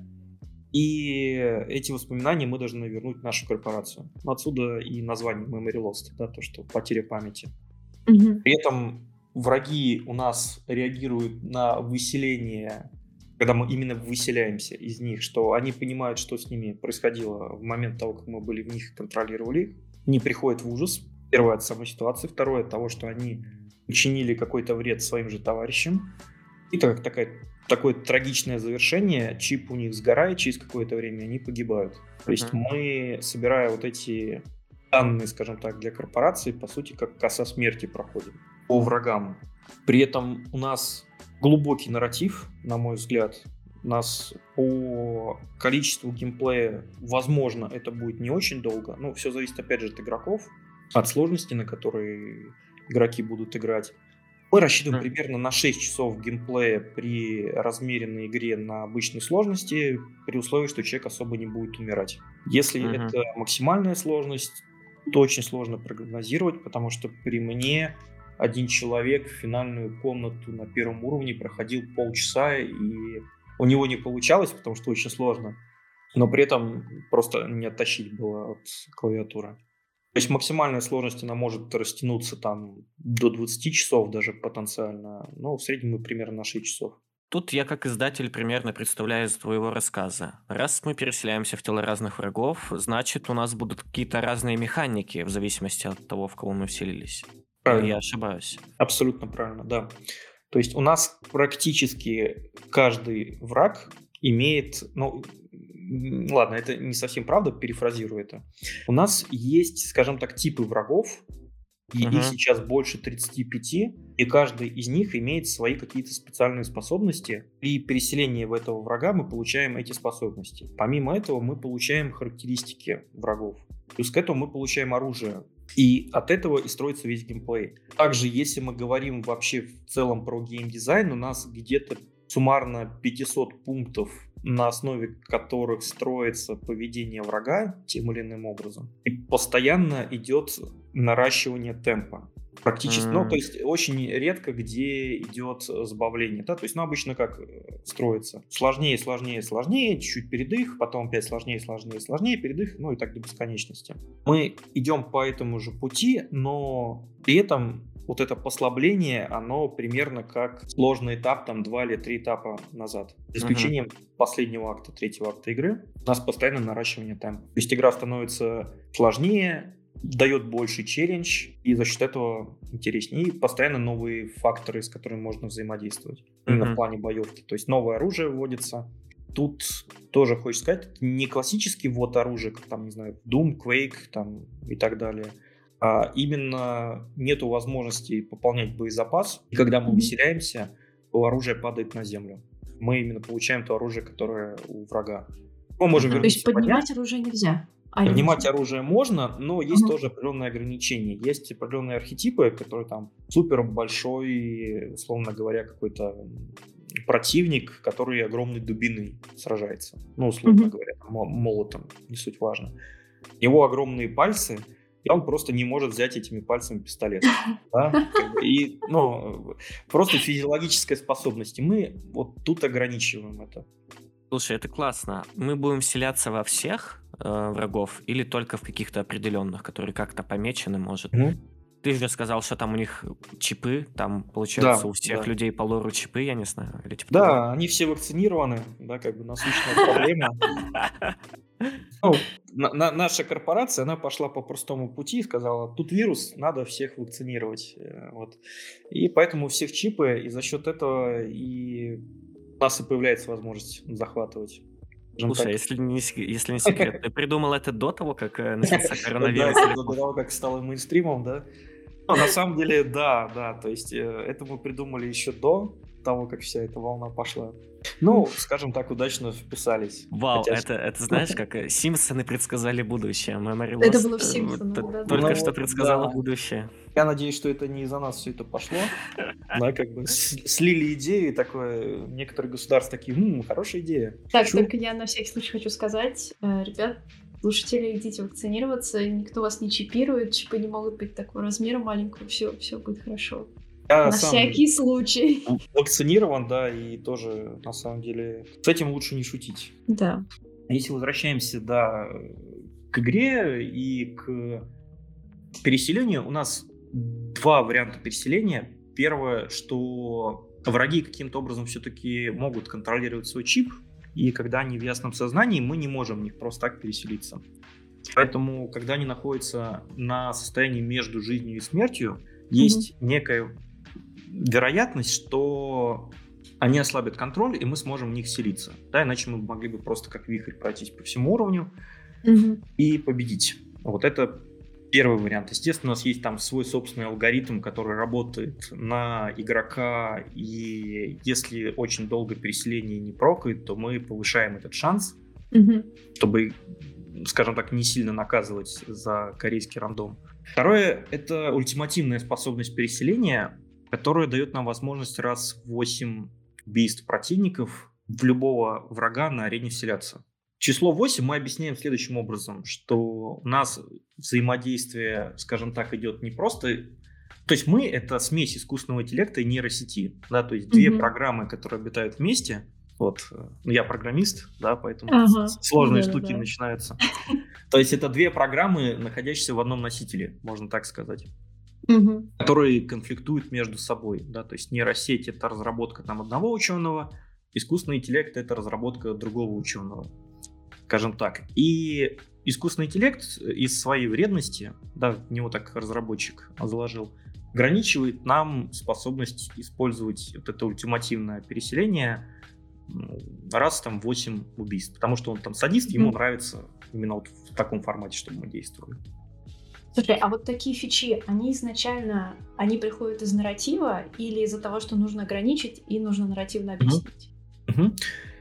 и эти воспоминания мы должны вернуть в нашу корпорацию. Отсюда и название Memory Lost, да, то, что потеря памяти. Мгм. При этом враги у нас реагируют на выселение, когда мы именно выселяемся из них, что они понимают, что с ними происходило в момент того, как мы были в них и контролировали их, не приходят в ужас. Первое — от самой ситуации, второе — от того, что они учинили какой-то вред своим же товарищам. И так, такая такое трагичное завершение, чип у них сгорает через какое-то время, они погибают. То есть Мгм. мы, собирая вот эти данные, скажем так, для корпорации, по сути, как коса смерти проходим по врагам. При этом у нас глубокий нарратив, на мой взгляд. У нас по количеству геймплея, возможно, это будет не очень долго. Ну, все зависит, опять же, от игроков, от сложности, на которой игроки будут играть. Мы рассчитываем Мгм. примерно на шесть часов геймплея при размеренной игре на обычной сложности, при условии, что человек особо не будет умирать. Если Мгм. это максимальная сложность, то очень сложно прогнозировать, потому что при мне один человек финальную комнату на первом уровне проходил полчаса, и у него не получалось, потому что очень сложно, но при этом просто не оттащить было от клавиатуры. То есть максимальная сложность, она может растянуться там до двадцати часов даже потенциально, но в среднем мы примерно на шесть часов. Тут я как издатель примерно представляю из твоего рассказа. Раз мы переселяемся в тела разных врагов, значит, у нас будут какие-то разные механики в зависимости от того, в кого мы вселились. Или Правильно. я ошибаюсь? Абсолютно правильно, да. То есть у нас практически каждый враг имеет, ну, м, ладно, это не совсем правда, перефразирую это. У нас есть, скажем так, типы врагов, и их Мгм. сейчас больше тридцати пяти, и каждый из них имеет свои какие-то специальные способности. При переселении в этого врага мы получаем эти способности. Помимо этого мы получаем характеристики врагов. Плюс к этому мы получаем оружие. И от этого и строится весь геймплей. Также, если мы говорим вообще в целом про геймдизайн, у нас где-то суммарно пятьсот пунктов, на основе которых строится поведение врага тем или иным образом. И постоянно идет наращивание темпа. Практически, ну, М. то есть очень редко где идет сбавление, да, то есть, ну, обычно как э, строится? Сложнее, сложнее, сложнее, чуть-чуть передых, потом опять сложнее, сложнее, сложнее, передых, ну и так до бесконечности. Мы идем по этому же пути, но при этом вот это послабление, оно примерно как сложный этап, там, два или три этапа назад. За Мгм. исключением последнего акта, третьего акта игры, у нас постоянно наращивание темпа. То есть игра становится сложнее, дает больше челлендж, и за счет этого интереснее. И постоянно новые факторы, с которыми можно взаимодействовать. Именно в Мгм. плане боевки. То есть новое оружие вводится. Тут тоже хочется сказать, это не классический ввод оружия, как там, не знаю, Doom, Quake там, и так далее. А именно нету возможности пополнять боезапас. И когда мы Мгм. выселяемся, то оружие падает на землю. Мы именно получаем то оружие, которое у врага. Мы можем Мгм. То есть вернуться поднять. поднимать оружие нельзя. А или Поднимать можно? оружие можно, но есть Мгм. тоже определенные ограничения. Есть определенные архетипы, которые там супер большой, условно говоря, какой-то м, противник, который огромной дубиной сражается. Ну, условно Мгм. говоря, там, мо- молотом, не суть важно. У него огромные пальцы, и он просто не может взять этими пальцами пистолет. Да? Как бы, и, ну, просто физиологическая способность. И мы вот тут ограничиваем это. Слушай, это классно. Мы будем вселяться во всех э, врагов или только в каких-то определенных, которые как-то помечены, может? Мгм. Ты же сказал, что там у них чипы, там, получается, Да, у всех да. людей по лору чипы, я не знаю, или типа того. Да, они все вакцинированы, да, как бы насущная проблема. Ну, на- на- наша корпорация, она пошла по простому пути и сказала, тут вирус, надо всех вакцинировать. э, Вот. И поэтому у всех чипы, и за счет этого и у нас и появляется возможность захватывать. Скажем Слушай, а так. если не, сек- если не секрет, ты придумал это до того, как э, начался Да, коронавирус это или до после? того, как стало мейнстримом, да. Ну, на самом деле, да, да, то есть э, это мы придумали еще до того, как вся эта волна пошла. Ну, скажем так, удачно вписались. Вау, Хотя, это, это знаешь, как э, Симпсоны предсказали будущее. Memory Это Lost было в э, вот Симпсонах, т- да-да. только ну что вот, предсказала да. будущее. Я надеюсь, что это не из-за нас все это пошло. Да, как бы с- слили идею, и такое, некоторые государства такие, «М, хорошая идея. Так, Чу». только я на всякий случай хочу сказать, э, ребят, слушатели, идите вакцинироваться, никто вас не чипирует, чипы не могут быть такого размера маленького, все, все будет хорошо. Я На сам всякий случай. вакцинирован, да, и тоже, на самом деле, с этим лучше не шутить. Да. Если возвращаемся, да, к игре и к переселению, у нас два варианта переселения. Первое, что враги каким-то образом все-таки могут контролировать свой чип, и когда они в ясном сознании, мы не можем в них просто так переселиться. Поэтому, когда они находятся на состоянии между жизнью и смертью, есть некая вероятность, что они ослабят контроль, и мы сможем в них селиться. Да, иначе мы могли бы просто как вихрь пройтись по всему уровню Мгм. и победить. Вот это первый вариант. Естественно, у нас есть там свой собственный алгоритм, который работает на игрока, и если очень долго переселение не прокает, то мы повышаем этот шанс, Мгм. чтобы, скажем так, не сильно наказывать за корейский рандом. Второе — это ультимативная способность переселения, которая дает нам возможность раз в восемь убийств противников в любого врага на арене вселяться. Число восемь мы объясняем следующим образом, что у нас взаимодействие, скажем так, идет не просто... То есть мы — это смесь искусственного интеллекта и нейросети. Да? То есть две Мгм. программы, которые обитают вместе. Вот, ну, я программист, да, поэтому Ага. с- сложные Да-да-да. штуки начинаются. То есть это две программы, находящиеся в одном носителе, можно так сказать, Мгм. которые конфликтуют между собой. Да? То есть нейросеть — это разработка там одного ученого, искусственный интеллект — это разработка другого ученого, скажем так. И искусственный интеллект из своей вредности, да, в него так разработчик заложил, ограничивает нам способность использовать вот это ультимативное переселение ну, раз там восемь убийств. Потому что он там садист, ему Мгм. нравится именно вот в таком формате, чтобы мы действовали. Слушай, а вот такие фичи, они изначально, они приходят из нарратива или из-за того, что нужно ограничить и нужно нарративно объяснить? Мгм.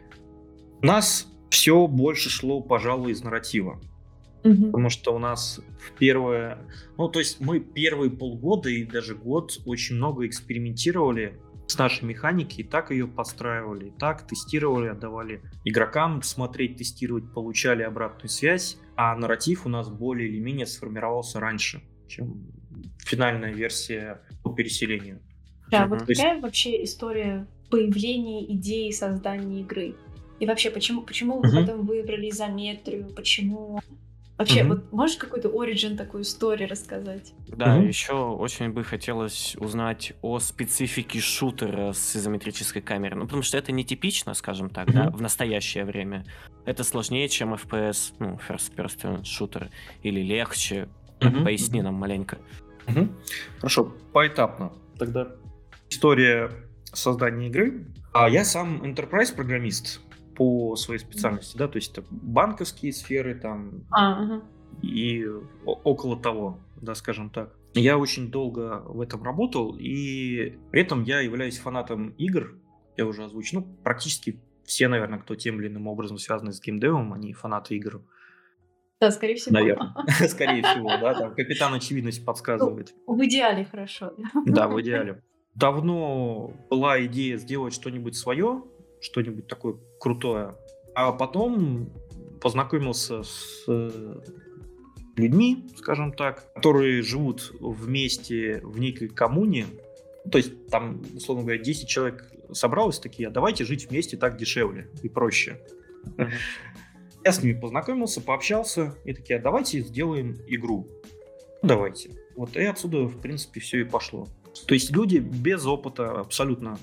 У нас все больше шло, пожалуй, из нарратива. Мгм. Потому что у нас в первое... Ну, то есть мы первые полгода и даже год очень много экспериментировали с нашей механикой, и так ее подстраивали, и так тестировали, отдавали игрокам смотреть, тестировать, получали обратную связь, а нарратив у нас более или менее сформировался раньше, чем финальная версия по переселению. Да, Мгм. вот То есть- какая вообще история появления идеи создания игры? И вообще, почему, почему вы Мгм. потом выбрали изометрию? Почему... Вообще, Мгм. вот можешь какой-то origin, такую историю рассказать? Да, Мгм. еще очень бы хотелось узнать о специфике шутера с изометрической камерой. Ну, потому что это нетипично, скажем так, да, Мгм. в настоящее время. Это сложнее, чем эф пи эс, ну, First Person Shooter, или легче. Мгм. Поясни Мгм. нам маленько. Мгм. Хорошо, поэтапно. Тогда история создания игры. А я сам enterprise программист по своей специальности, да, то есть это банковские сферы там А, ага. и о- около того, да, скажем так. Я очень долго в этом работал, и при этом я являюсь фанатом игр. Я уже озвучил, ну, практически все, наверное, кто тем или иным образом связаны с геймдевом, они фанаты игр, Да, скорее всего. наверное. Скорее всего, да, там капитан очевидность Ну, подсказывает. в идеале хорошо. Да, в идеале. Давно была идея сделать что-нибудь свое, что-нибудь такое крутое, а потом познакомился с э, людьми, скажем так, которые живут вместе в некой коммуне. То есть там, условно говоря, десять человек собралось такие, а давайте жить вместе, так дешевле и проще. Мгм. Я с ними познакомился, пообщался, и такие, а давайте сделаем игру. Ну, давайте. Вот и отсюда, в принципе, все и пошло. То есть люди без опыта абсолютно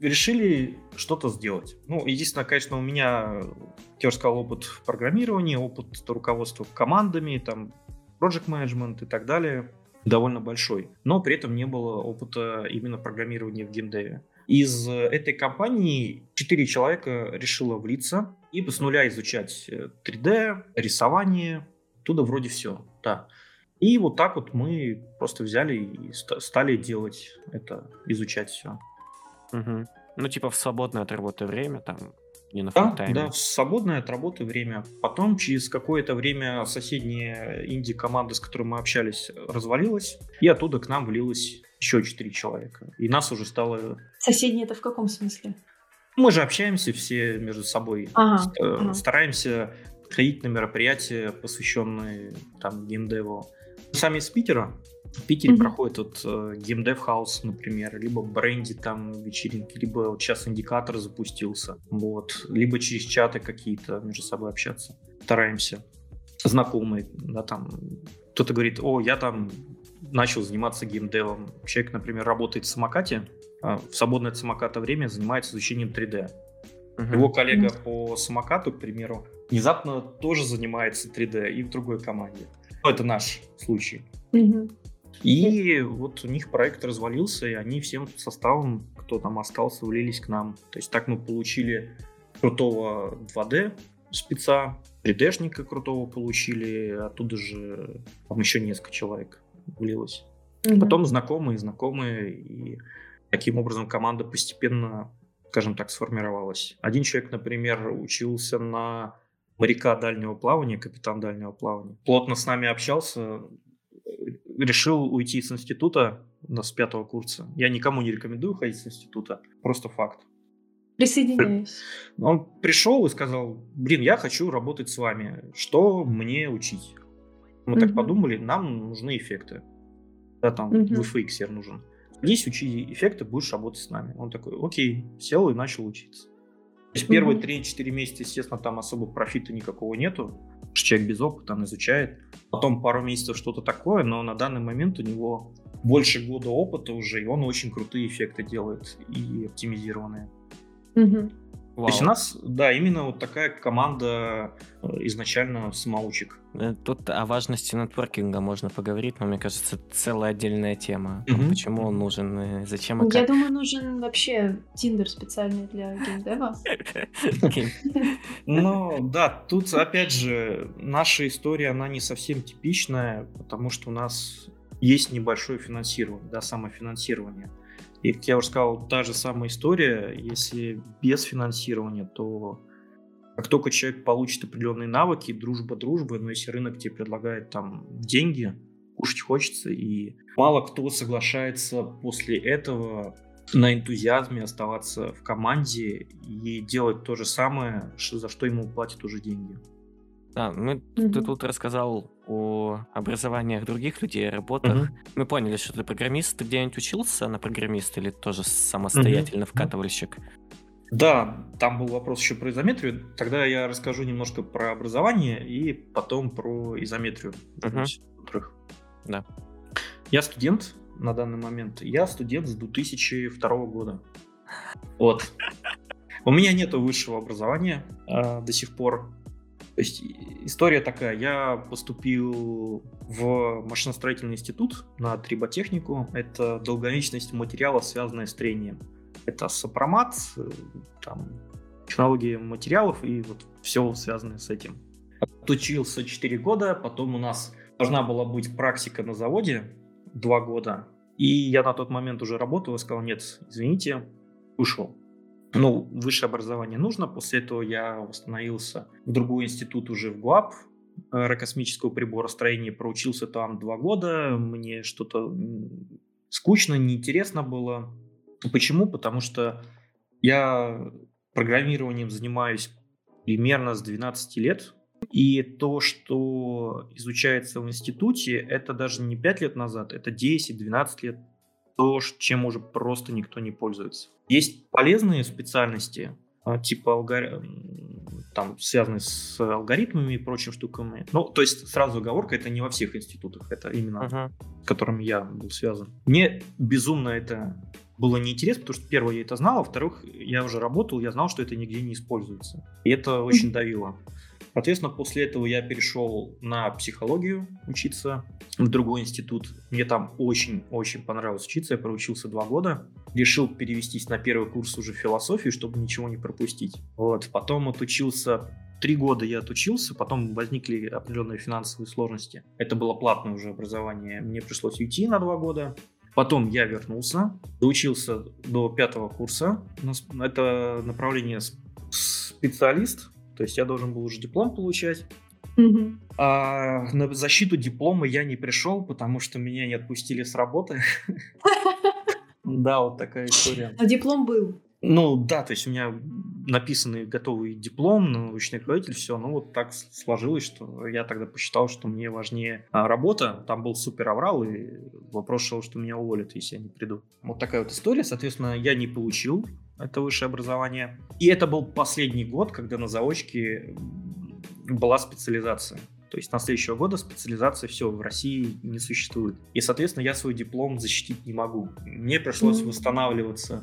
решили что-то сделать. Ну, единственное, конечно, у меня, я уже сказал, опыт в программировании, опыт руководства командами, там, project management и так далее довольно большой. Но при этом не было опыта именно программирования в геймдеве. Из этой компании четыре человека решило влиться и с нуля изучать три дэ, рисование, оттуда вроде все, да. И вот так вот мы просто взяли и ста- стали делать это, изучать все. Мгм. Ну, типа в свободное от работы время, там, не на Да, фултайме. да, в свободное от работы время. Потом через какое-то время соседняя инди-команда, с которой мы общались, развалилась, и оттуда к нам влилось еще четыре человека. И нас уже стало... Соседние это в каком смысле? Мы же общаемся все между собой, Ага, ст- э, ага. стараемся ходить на мероприятия, посвященные там геймдеву. Сами из Питера. В Питере Мгм. проходит вот э, геймдев хаус, например, либо бренди там вечеринки, либо вот сейчас индикатор запустился, вот, либо через чаты какие-то между собой общаться. Стараемся. Знакомые, да, там кто-то говорит, о, я там начал заниматься геймдевом. Человек, например, работает в самокате, а в свободное от самоката время занимается изучением три дэ. Мгм. Его коллега Мгм. по самокату, к примеру, внезапно тоже занимается три дэ и в другой команде. Ну, это наш случай. Мгм. И вот у них проект развалился, и они всем составом, кто там остался, влились к нам. То есть так мы получили крутого два дэ спеца, три дэ-шника крутого получили, оттуда же там еще несколько человек влилось. Mm-hmm. Потом знакомые, знакомые, и таким образом команда постепенно, скажем так, сформировалась. Один человек, например, учился на моряка дальнего плавания, капитан дальнего плавания. Плотно с нами общался, решил уйти с института с пятого курса. Я никому не рекомендую ходить с института, просто факт. Присоединяюсь. Он пришел и сказал: блин, я хочу работать с вами, что мне учить? Мы угу. так подумали, нам нужны эффекты. Да, там угу. ви эф икс эр нужен. Садись, учи эффекты, будешь работать с нами. Он такой: окей, сел и начал учиться. То есть угу. первые три-четыре месяца, естественно, там особо профита никакого нету. Человек без опыта, он изучает. Потом пару месяцев что-то такое, но на данный момент у него больше года опыта уже, и он очень крутые эффекты делает и оптимизированные. Угу. То есть у нас, да, именно вот такая команда изначально самоучек. Тут о важности нетворкинга можно поговорить, но мне кажется, целая отдельная тема. Мгм. Почему он нужен и зачем и Я как. думаю, нужен вообще Тиндер специальный для геймдева. Ну, да, тут, опять же, наша история, она не совсем типичная, потому что у нас есть небольшое финансирование, да, самофинансирование. И, как я уже сказал, та же самая история, если без финансирования, то как только человек получит определенные навыки, дружба дружбы, но если рынок тебе предлагает там деньги, кушать хочется, и мало кто соглашается после этого на энтузиазме оставаться в команде и делать то же самое, что- за что ему платят уже деньги. Да, мы, ты Мгм. тут рассказал о образованиях других людей, о работах. Мгм. Мы поняли, что ты программист. Ты где-нибудь учился на программиста или тоже самостоятельно Мгм. вкатывальщик? Да, там был вопрос еще про изометрию. Тогда я расскажу немножко про образование и потом про изометрию. Мгм. вернусь в утрах. Да. Я студент на данный момент. Я студент с две тысячи второго года. Вот. У меня нету высшего образования а, до сих пор. То есть и- история такая. Я поступил в машиностроительный институт на триботехнику. Это долговечность материалов, связанная с трением. Это сопромат, э, там, технологии материалов и вот все связанное с этим. Отучился четыре года, потом у нас должна была быть практика на заводе два года. И я на тот момент уже работал и сказал: нет, извините, ушел. Ну, высшее образование нужно. После этого я восстановился в другой институт уже в ГУАП, аэрокосмического приборостроения, проучился там два года. Мне что-то м, скучно, неинтересно было. Почему? Потому что я программированием занимаюсь примерно с двенадцати лет. И то, что изучается в институте, это даже не пять лет назад, это десять-двенадцать лет. То, ш- чем уже просто никто не пользуется. Есть полезные специальности, а, типа алгори- м, там, связанные с алгоритмами и прочими штуками. Ну, то есть сразу оговорка, это не во всех институтах, это именно Мгм. с которыми я был связан. Мне безумно это было неинтересно, потому что, первое, я это знал, а во-вторых, я уже работал, я знал, что это нигде не используется. И это очень давило. Соответственно, после этого я перешел на психологию учиться в другой институт. Мне там очень-очень понравилось учиться, я проучился два года. Решил перевестись на первый курс уже философии, чтобы ничего не пропустить. Вот. Потом отучился, три года я отучился, потом возникли определенные финансовые сложности. Это было платное уже образование, мне пришлось уйти на два года. Потом я вернулся, доучился до пятого курса. У нас это направление с- специалист, то есть я должен был уже диплом получать. Мгм. А на защиту диплома я не пришел, потому что меня не отпустили с работы. Да, вот такая история. Но диплом был. Ну да, то есть у меня написанный готовый диплом, научный руководитель, все. Ну вот так с- сложилось, что я тогда посчитал, что мне важнее а, работа. Там был супер аврал, и вопрос шел, что меня уволят, если я не приду. Вот такая вот история. Соответственно, я не получил это высшее образование. И это был последний год, когда на заочке м, была специализация. То есть на следующего года специализация все в России не существует. И, соответственно, я свой диплом защитить не могу. Мне пришлось Мгм. восстанавливаться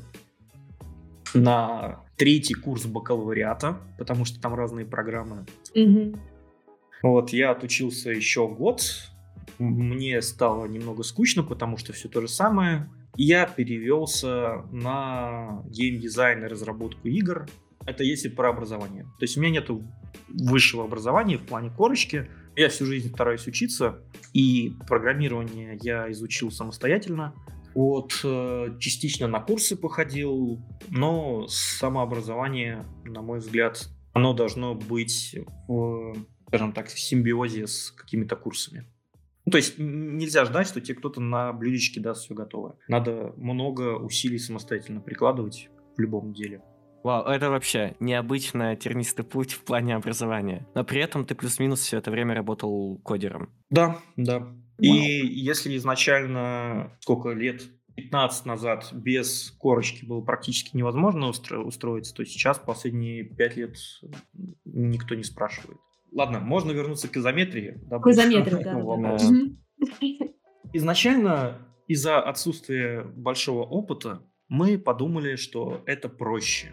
на третий курс бакалавриата, потому что там разные программы. Мгм. Вот, я отучился еще год. Мне стало немного скучно, потому что все то же самое. Я перевелся на геймдизайн и разработку игр. Это если про образование. То есть у меня нет высшего образования в плане корочки. Я всю жизнь стараюсь учиться, и программирование я изучил самостоятельно. Вот, частично на курсы походил, но самообразование, на мой взгляд, оно должно быть в, скажем так, в симбиозе с какими-то курсами. Ну, то есть нельзя ждать, что тебе кто-то на блюдечке даст все готовое. Надо много усилий самостоятельно прикладывать в любом деле. Вау, это вообще необычный тернистый путь в плане образования. Но при этом ты плюс-минус все это время работал кодером. Да, да. И если изначально, сколько лет, пятнадцать назад без корочки было практически невозможно устро- устроиться, то сейчас последние пять лет никто не спрашивает. Ладно, можно вернуться к изометрии. Да, К изометрии, да, да, да. Мгм. Изначально из-за отсутствия большого опыта мы подумали, что это проще.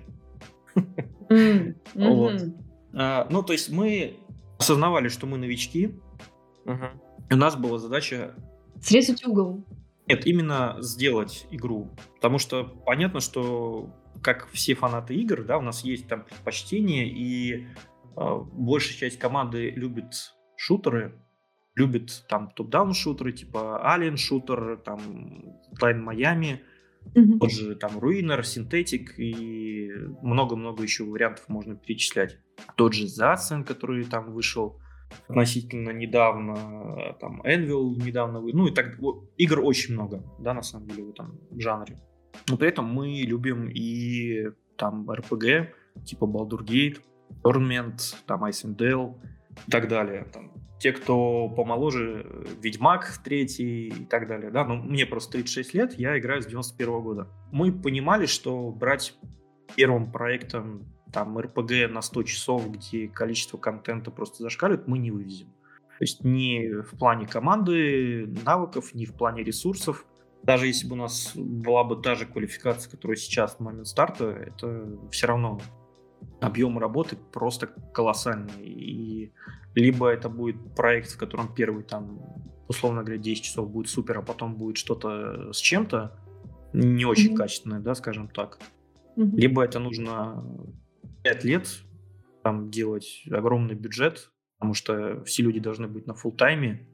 М, Вот. мгм. А, Ну, то есть мы осознавали, что мы новички, Мгм. и у нас была задача, Срезать угол. нет, именно сделать игру. Потому что понятно, что как все фанаты игр, да, у нас есть там предпочтения, и э, большая часть команды любит шутеры, любит там топ-даун шутеры, типа Alien шутер, там Hotline Miami, Мгм. тот же там Ruiner, Synthetic и много-много еще вариантов можно перечислять. Тот же The Ascent, который там вышел относительно недавно, там Anvil недавно, вы- ну и так, вот, игр очень много, да, на самом деле в этом жанре. Но при этом мы любим и там эр пи джи, типа Baldur Gate, Torment, там Icewind Dale и так далее. Там, те, кто помоложе, э, Ведьмак третий и так далее, да, ну мне просто тридцать шесть лет, я играю с девяносто первого года. Мы понимали, что брать первым проектом там эр пи джи на сто часов, где количество контента просто зашкаливает, мы не вывезем. То есть ни в плане команды, навыков, ни в плане ресурсов. Даже если бы у нас была бы та же квалификация, которая сейчас на момент старта, это все равно объем работы просто колоссальный. И либо это будет проект, в котором первый там, условно говоря, десять часов будет супер, а потом будет что-то с чем-то не очень Мгм. качественное, да, скажем так. Мгм. Либо это нужно пять лет там делать огромный бюджет, потому что все люди должны быть на фулл-тайме,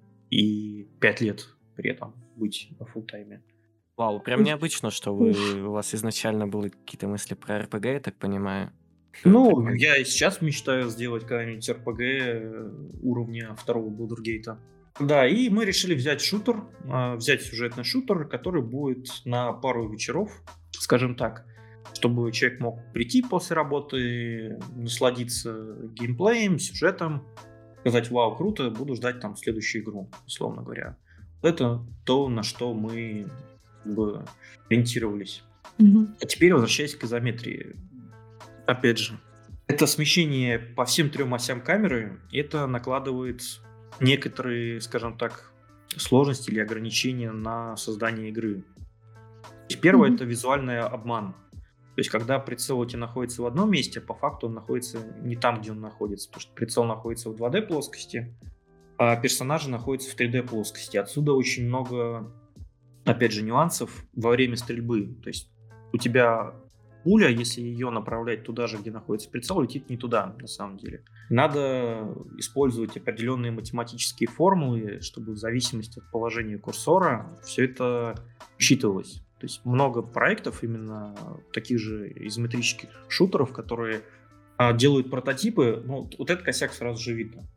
и пять лет при этом быть на фулл-тайме. Вау, прям необычно, что вы, у вас изначально были какие-то мысли про эр пи джи, я так понимаю. Ну, Прикольно. я и сейчас мечтаю сделать когда-нибудь эр пи джи уровня второго Baldur Gate. Да, и мы решили взять шутер, а, взять сюжетный шутер, который будет на пару вечеров, скажем так, чтобы человек мог прийти после работы, насладиться геймплеем, сюжетом, сказать: вау, круто, буду ждать там следующую игру, условно говоря. Вот это то, на что мы как бы ориентировались. Мгм. А теперь возвращаясь к изометрии. Опять же, это смещение по всем трем осям камеры, это накладывает некоторые, скажем так, сложности или ограничения на создание игры. То есть первое — Мгм. это визуальный обман. То есть когда прицел у тебя находится в одном месте, по факту он находится не там, где он находится, потому что прицел находится в два дэ плоскости, а персонажи находятся в три дэ плоскости. Отсюда очень много, опять же, нюансов во время стрельбы. То есть у тебя пуля, если ее направлять туда же, где находится прицел, летит не туда, на самом деле. Надо использовать определенные математические формулы, чтобы в зависимости от положения курсора все это учитывалось. То есть много проектов именно таких же изометрических шутеров, которые а, делают прототипы. Ну, вот этот косяк сразу же видно.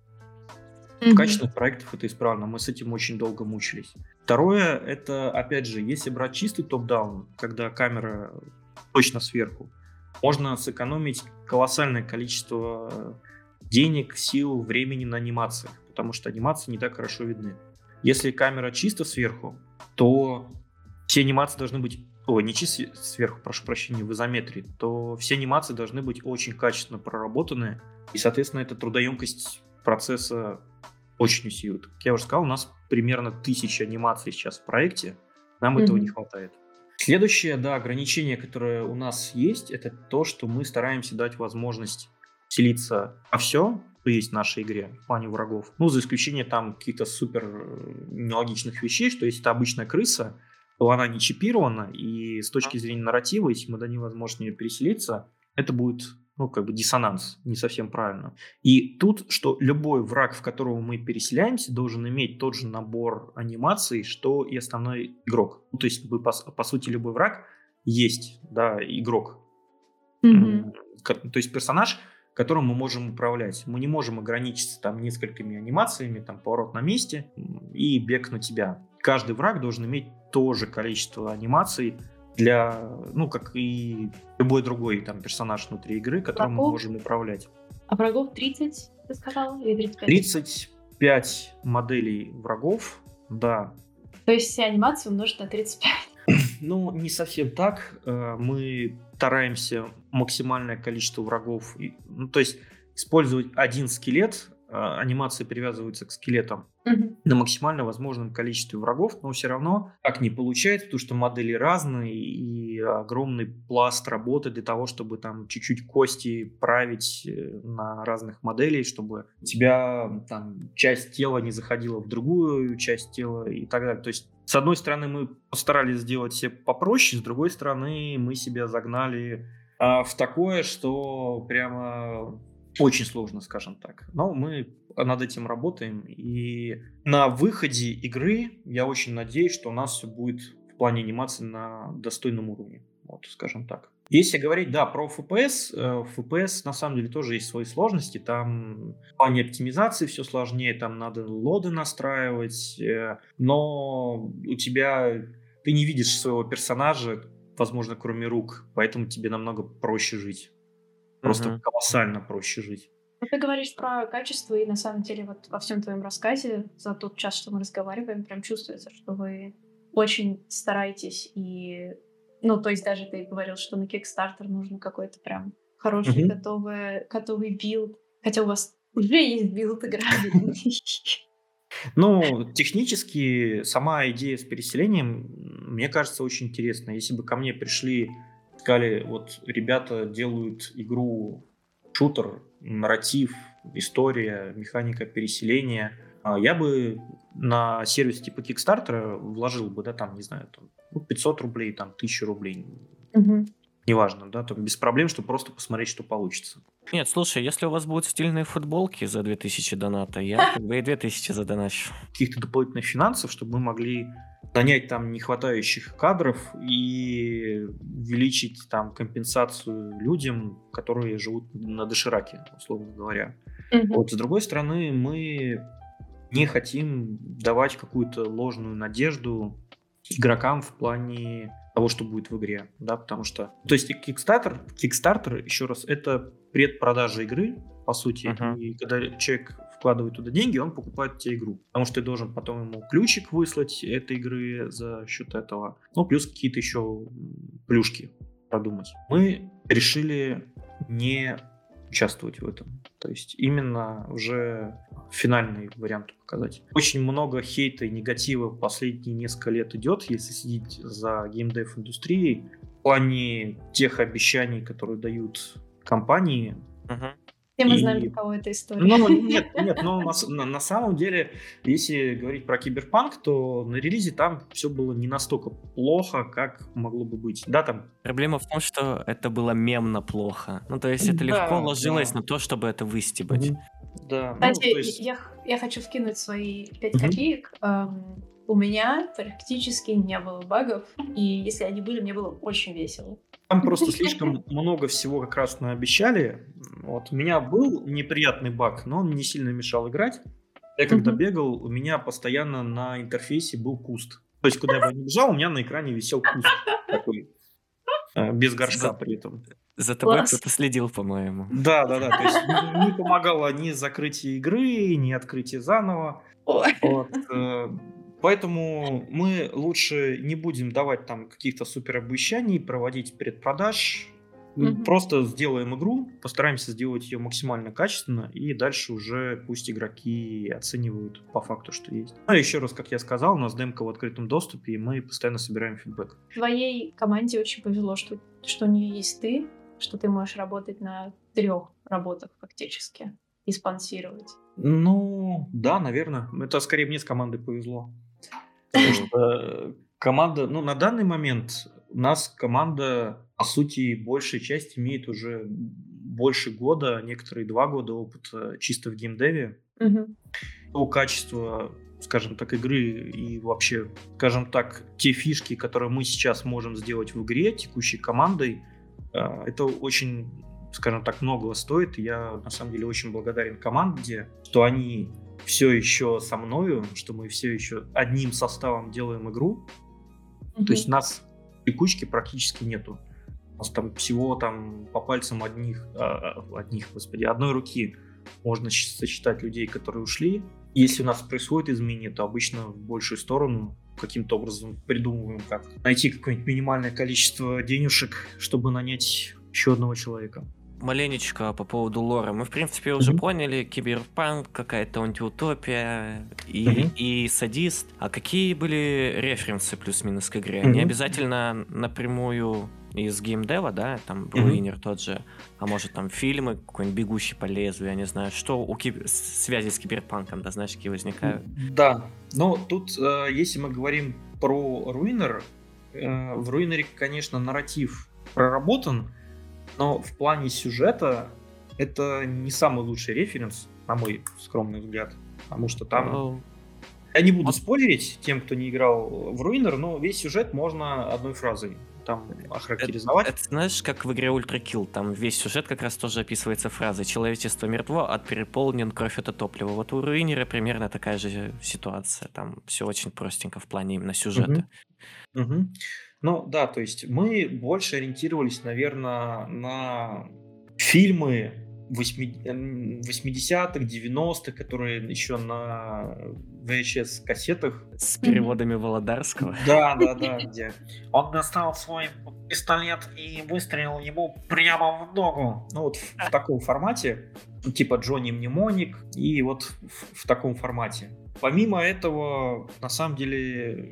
В Мгм. качественных проектах это исправлено. Мы с этим очень долго мучились. Второе, это, опять же, если брать чистый топ-даун, когда камера точно сверху, можно сэкономить колоссальное количество денег, сил, времени на анимациях, потому что анимации не так хорошо видны. Если камера чисто сверху, то все анимации должны быть... Ой, не чисто сверху, прошу прощения, в изометрии, то все анимации должны быть очень качественно проработаны, и, соответственно, эта трудоемкость процесса очень усиливает. Как я уже сказал, у нас примерно тысяча анимаций сейчас в проекте, нам этого не Мгм. хватает. Следующее, да, ограничение, которое у нас есть, это то, что мы стараемся дать возможность селиться во все, что есть в нашей игре в плане врагов. Ну, за исключением там каких-то супер э, нелогичных вещей, что если это обычная крыса, то она не чипирована, и с точки зрения нарратива, если мы дадим возможность в нее переселиться, это будет, ну, как бы диссонанс, не совсем правильно. И тут, что любой враг, в которого мы переселяемся, должен иметь тот же набор анимаций, что и основной игрок. Ну, то есть, вы, по, по сути, любой враг есть, да, игрок. Мгм. То есть персонаж, которым мы можем управлять. Мы не можем ограничиться там несколькими анимациями, там поворот на месте и бег на тебя. Каждый враг должен иметь то же количество анимаций для, ну, как и любой другой там персонаж внутри игры, которым мы Врагов? можем управлять. А врагов тридцать, ты сказал? Или тридцать пять? тридцать пять моделей врагов, да. То есть все анимации умножить на тридцать пять. Ну, не совсем так. Э, Мы стараемся максимальное количество врагов, и- ну, то есть использовать один скелет, э, анимации привязываются к скелетам Мгм. на максимально возможном количестве врагов, но все равно так не получается, потому что модели разные и огромный пласт работы для того, чтобы там чуть-чуть кости править э, на разных моделей, чтобы у тебя там часть тела не заходила в другую часть тела и так далее. То есть, с одной стороны, мы постарались сделать все попроще, с другой стороны, мы себя загнали а, в такое, что прямо очень сложно, скажем так. Но мы над этим работаем. И на выходе игры я очень надеюсь, что у нас все будет в плане анимации на достойном уровне. Вот, скажем так. Если говорить, да, про эф пи эс, э, в эф пи эс на самом деле тоже есть свои сложности. Там в плане оптимизации все сложнее, там надо лоды настраивать, э, но у тебя ты не видишь своего персонажа, возможно, кроме рук, поэтому тебе намного проще жить. Просто Мгм. колоссально проще жить. Ну, ты говоришь про качество, и на самом деле вот во всем твоем рассказе за тот час, что мы разговариваем, прям чувствуется, что вы очень стараетесь. И, ну, то есть даже ты говорил, что на Kickstarter нужно какой-то прям хороший Мгм. готовый, готовый билд. Хотя у вас уже есть билд играбельный. Ну, технически сама идея с переселением, м, мне кажется, очень интересна. Если бы ко мне пришли, сказали, вот ребята делают игру, шутер, нарратив, история, механика переселения, а, я бы на сервис типа Kickstarter вложил бы, да, там, не знаю, там, ну, пятьсот рублей, там, тысячу рублей, Мгм. неважно, да, там, без проблем, чтобы просто посмотреть, что получится. Нет, слушай, если у вас будут стильные футболки за две тысячи доната, я как бы и две тысячи задоначу. Каких-то дополнительных финансов, чтобы мы могли нанять там нехватающих кадров и увеличить там компенсацию людям, которые живут на дошираке, условно говоря. Мгм. Вот с другой стороны, мы не хотим давать какую-то ложную надежду игрокам в плане того, что будет в игре, да, потому что, то есть Kickstarter, Kickstarter, еще раз, это предпродажа игры, по сути, Мгм. и когда человек вкладывает туда деньги, он покупает тебе игру, потому что ты должен потом ему ключик выслать этой игры за счет этого, ну, плюс какие-то еще м, плюшки продумать. Мы решили не участвовать в этом, то есть именно уже финальный вариант показать. Очень много хейта и негатива в последние несколько лет идет, если следить за геймдев-индустрией, в плане тех обещаний, которые дают компании. Мгм. Все мы И- знаем, для кого эта история. Ну, нет, нет, но на, с- на- на самом деле, если говорить про Киберпанк, то на релизе там все было не настолько плохо, как могло бы быть. Да, там Проблема в том, что это было мемно плохо. Ну, то есть это Да, легко ложилось да. на то, чтобы это выстебать. Мгм. Да, ну, Кстати, то есть... я, я хочу вкинуть свои пять Мгм. копеек. Эм, у меня практически не было багов, и если они были, мне было очень весело. Там просто слишком много всего как раз наобещали. Вот. У меня был неприятный баг, но он не сильно мешал играть. Я когда Мгм. бегал, у меня постоянно на интерфейсе был куст. То есть, куда бы я ни бежал, у меня на экране висел куст такой, э, без горшка За, при этом. за тобой Класс. кто-то следил, по-моему. Да, да, да. То есть н- не помогало ни закрытие игры, ни открытие заново. Ой. Вот, э, поэтому мы лучше не будем давать там каких-то супер обещаний, проводить предпродаж. М, Мгм. Просто сделаем игру, постараемся сделать ее максимально качественно, и дальше уже пусть игроки оценивают по факту, что есть. Ну, и еще раз, как я сказал, у нас демка в открытом доступе, и мы постоянно собираем фидбэк. Твоей команде очень повезло, что, что у нее есть ты, что ты можешь работать на трех работах фактически и спонсировать. Ну, да, наверное. Это скорее мне с командой повезло. Потому что Команда, ну, на данный момент у нас команда, по сути, большая часть имеет уже больше года, некоторые два года опыта чисто в геймдеве. Мгм. То качество, скажем так, игры и вообще, скажем так, те фишки, которые мы сейчас можем сделать в игре текущей командой, э, это очень, скажем так, многого стоит. Я, на самом деле, очень благодарен команде, что они все еще со мною, что мы все еще одним составом делаем игру. Мгм. То есть у нас текучки практически нету. У нас там всего там по пальцам одних, а, одних, господи, одной руки можно щ- сосчитать людей, которые ушли. Если у нас происходит изменение, то обычно в большую сторону каким-то образом придумываем, как найти какое-нибудь минимальное количество денежек, чтобы нанять еще одного человека. Маленечко по поводу лора. Мы, в принципе, уже Мгм. поняли, киберпанк, какая-то антиутопия и, Мгм. и садист. А какие были референсы плюс-минус к игре? Не Мгм. обязательно напрямую из геймдева, да, там Мгм. Руинер тот же, а может там фильмы, какой-нибудь «Бегущий по лезвию», я не знаю, что у киб- с- связи с киберпанком, да, знаешь, какие возникают? Да, но тут, э, если мы говорим про Руинер, э, в Руинере, конечно, нарратив проработан, но в плане сюжета это не самый лучший референс, на мой скромный взгляд, потому что там... Э, Я не буду Вот. спойлерить тем, кто не играл в Руинер, но весь сюжет можно одной фразой там Это, охарактеризовать. это знаешь, как в игре Ultra Kill, там весь сюжет как раз тоже описывается фразой «Человечество мертво, ад переполнен, кровь — это топливо». Вот у Руинера примерно такая же ситуация, там все очень простенько в плане именно сюжета. Мгм. Мгм. Ну да, то есть мы больше ориентировались, наверное, на фильмы восьми- м, восьмидесятых, девяностых, которые еще на ви эйч эс-кассетах. С Мгм. переводами Володарского. Да, да, да, где он достал свой пистолет и выстрелил ему прямо в ногу. Ну вот в, в таком формате, типа Джонни Мнемоник, и вот в, в таком формате. Помимо этого, на самом деле,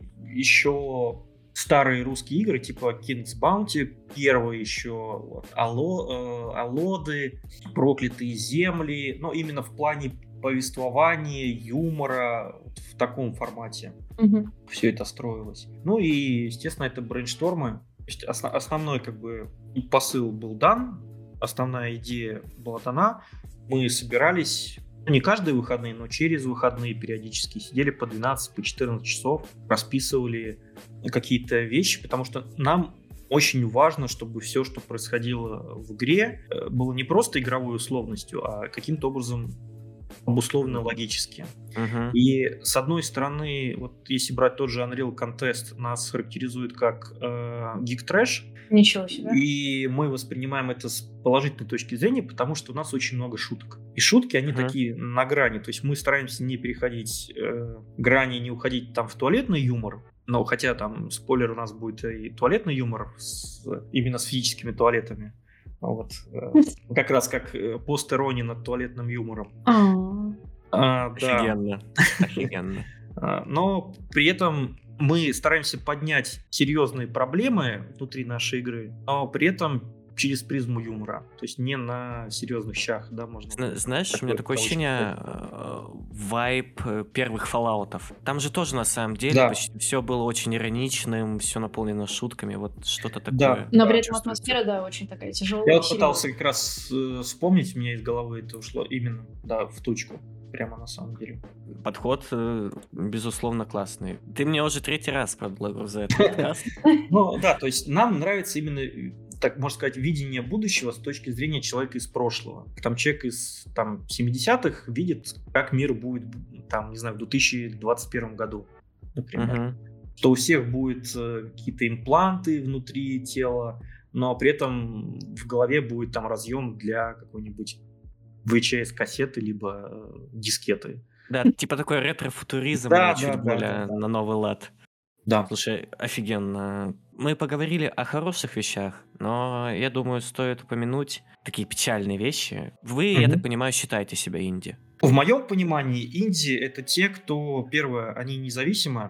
еще старые русские игры, типа King's Bounty, первые еще вот, Ало, э, Алоды, Проклятые земли, но именно в плане повествования, юмора, вот в таком формате Мгм. все это строилось. Ну и, естественно, это брейнштормы. То есть осно- основной как бы посыл был дан, основная идея была дана. Мы собирались, ну, не каждые выходные, но через выходные периодически сидели по двенадцать, по четырнадцать часов, расписывали какие-то вещи, потому что нам очень важно, чтобы все, что происходило в игре, э, было не просто игровой условностью, а каким-то образом обусловлено логически. Мгм. И с одной стороны, вот если брать тот же Unreal Contest, нас характеризует как э, гик-трэш, Ничего себе. и мы воспринимаем это с положительной точки зрения, потому что у нас очень много шуток. И шутки, они Мгм. такие на грани, то есть мы стараемся не переходить э, грани, не уходить там в туалетный юмор, но хотя там, спойлер, у нас будет и туалетный юмор, с- именно с физическими туалетами. Вот, э, как раз как э, пост-ирония над туалетным юмором. А. А, да. Офигенно. Офигенно. А, Но при этом мы стараемся поднять серьезные проблемы внутри нашей игры, но при этом через призму юмора, то есть не на серьезных щах, да, можно. Зна- Знаешь, у меня такое ощущение, э, вайб э, первых фоллаутов. Там же тоже на самом деле Да. почти все было очень ироничным, все наполнено шутками, вот что-то Да. такое. Но Да, при этом чувствуется. атмосфера, да, очень такая тяжелая. Я и вот пытался серьезная. как раз э, вспомнить, у меня из головы это ушло именно, да, в точку, прямо на самом деле. Подход, э, безусловно, классный. Ты мне уже третий раз предлагал за этот подкаст. Ну да, то есть нам нравится именно, э, так можно сказать, видение будущего с точки зрения человека из прошлого. Там человек из там, семидесятых видит, как мир будет там, не знаю, в две тысячи двадцать первом году, например. Мгм. Что у всех будут э, какие-то импланты внутри тела, но при этом в голове будет там разъем для какой-нибудь ви эйч эс-кассеты либо э, дискеты. Да, типа такой ретро-футуризм, Да, но да, чуть да, более да, да. на новый лад. Да. Слушай, офигенно. Мы поговорили о хороших вещах, но я думаю, стоит упомянуть такие печальные вещи. Вы, я Мгм. так понимаю, считаете себя инди. В моем понимании инди — это те, кто, первое, они независимы,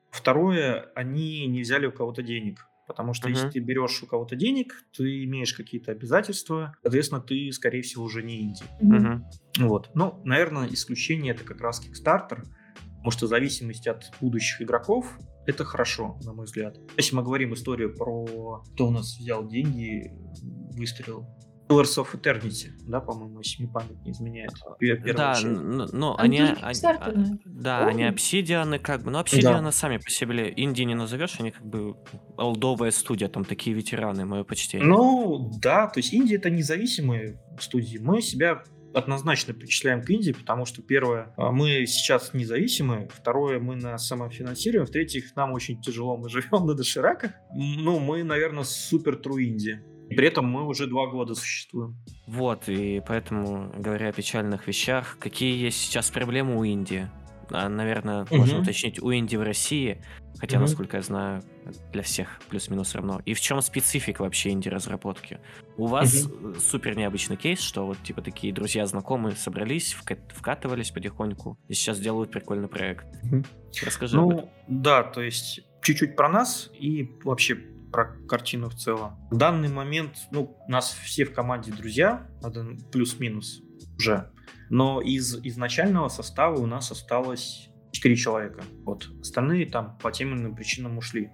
второе, они не взяли у кого-то денег. Потому что если Мгм. ты берешь у кого-то денег, ты имеешь какие-то обязательства, соответственно, ты, скорее всего, уже не инди. Мгм. Мгм. Вот. Ну, наверное, исключение — это как раз Kickstarter, потому что в зависимости от будущих игроков это хорошо, на мой взгляд. Если мы говорим историю про кто у нас взял деньги, выстрелил. Pillars of Eternity, да, по-моему, если мне память не изменяет. Пер- Да, очередь. н- но Они они, тоже они- а, кикстартерные. да, они О. обсидианы, как бы, но Да. обсидианы сами по себе инди не назовешь, они как бы олдовая студия, там такие ветераны, мое почтение. Ну, да, то есть инди это независимые студии. Мы себя однозначно причисляем к инди, потому что, первое, а, мы сейчас независимые, второе, мы на самофинансируем, в-третьих, нам очень тяжело, мы живем на дошираках. М, Ну, мы, наверное, супер тру инди. И при этом мы уже два года существуем. Вот, и поэтому, говоря о печальных вещах, какие есть сейчас проблемы у Индии? А, наверное, можно Мгм. уточнить, у Индии в России, хотя, Мгм. насколько я знаю, для всех плюс-минус равно. И в чем специфика вообще инди-разработки? У вас э, супер необычный кейс, что вот типа такие друзья-знакомые собрались, вка- вкатывались потихоньку и сейчас делают прикольный проект. Мгм. Расскажи об этом. Ну, да, то есть чуть-чуть про нас и вообще про картину в целом. В данный момент, ну, у нас все в команде друзья, надо плюс-минус уже, но из изначального состава у нас осталось четыре человека. Вот. Остальные там по тем или иным причинам ушли.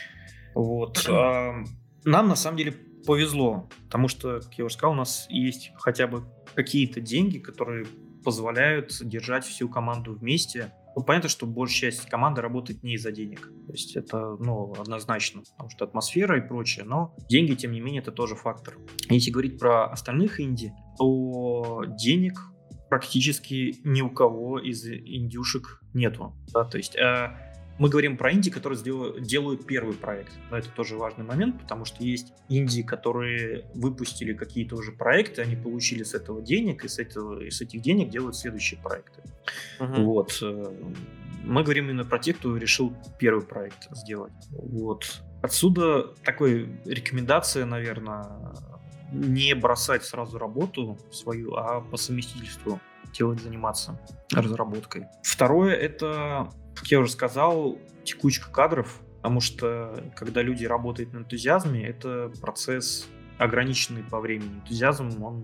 Вот. А, Нам на самом деле повезло, потому что, как я уже сказал, у нас есть хотя бы какие-то деньги, которые позволяют держать всю команду вместе. Ну, понятно, что большая часть команды работает не из-за денег. То есть это, ну, однозначно, потому что атмосфера и прочее, но деньги, тем не менее, это тоже фактор. Если говорить про остальных инди, то денег практически ни у кого из индюшек нету. Да? То есть э, мы говорим про инди, которые сделают, делают первый проект. Но это тоже важный момент, потому что есть инди, которые выпустили какие-то уже проекты, они получили с этого денег, и с, этого, и с этих денег делают следующие проекты. Мгм. Вот. э, Мы говорим именно про тех, кто решил первый проект сделать. Вот. Отсюда такой рекомендация, наверное, не бросать сразу работу свою, а по совместительству делать, заниматься разработкой. Второе, это, как я уже сказал, текучка кадров, потому что когда люди работают на энтузиазме, это процесс ограниченный по времени. Энтузиазм, он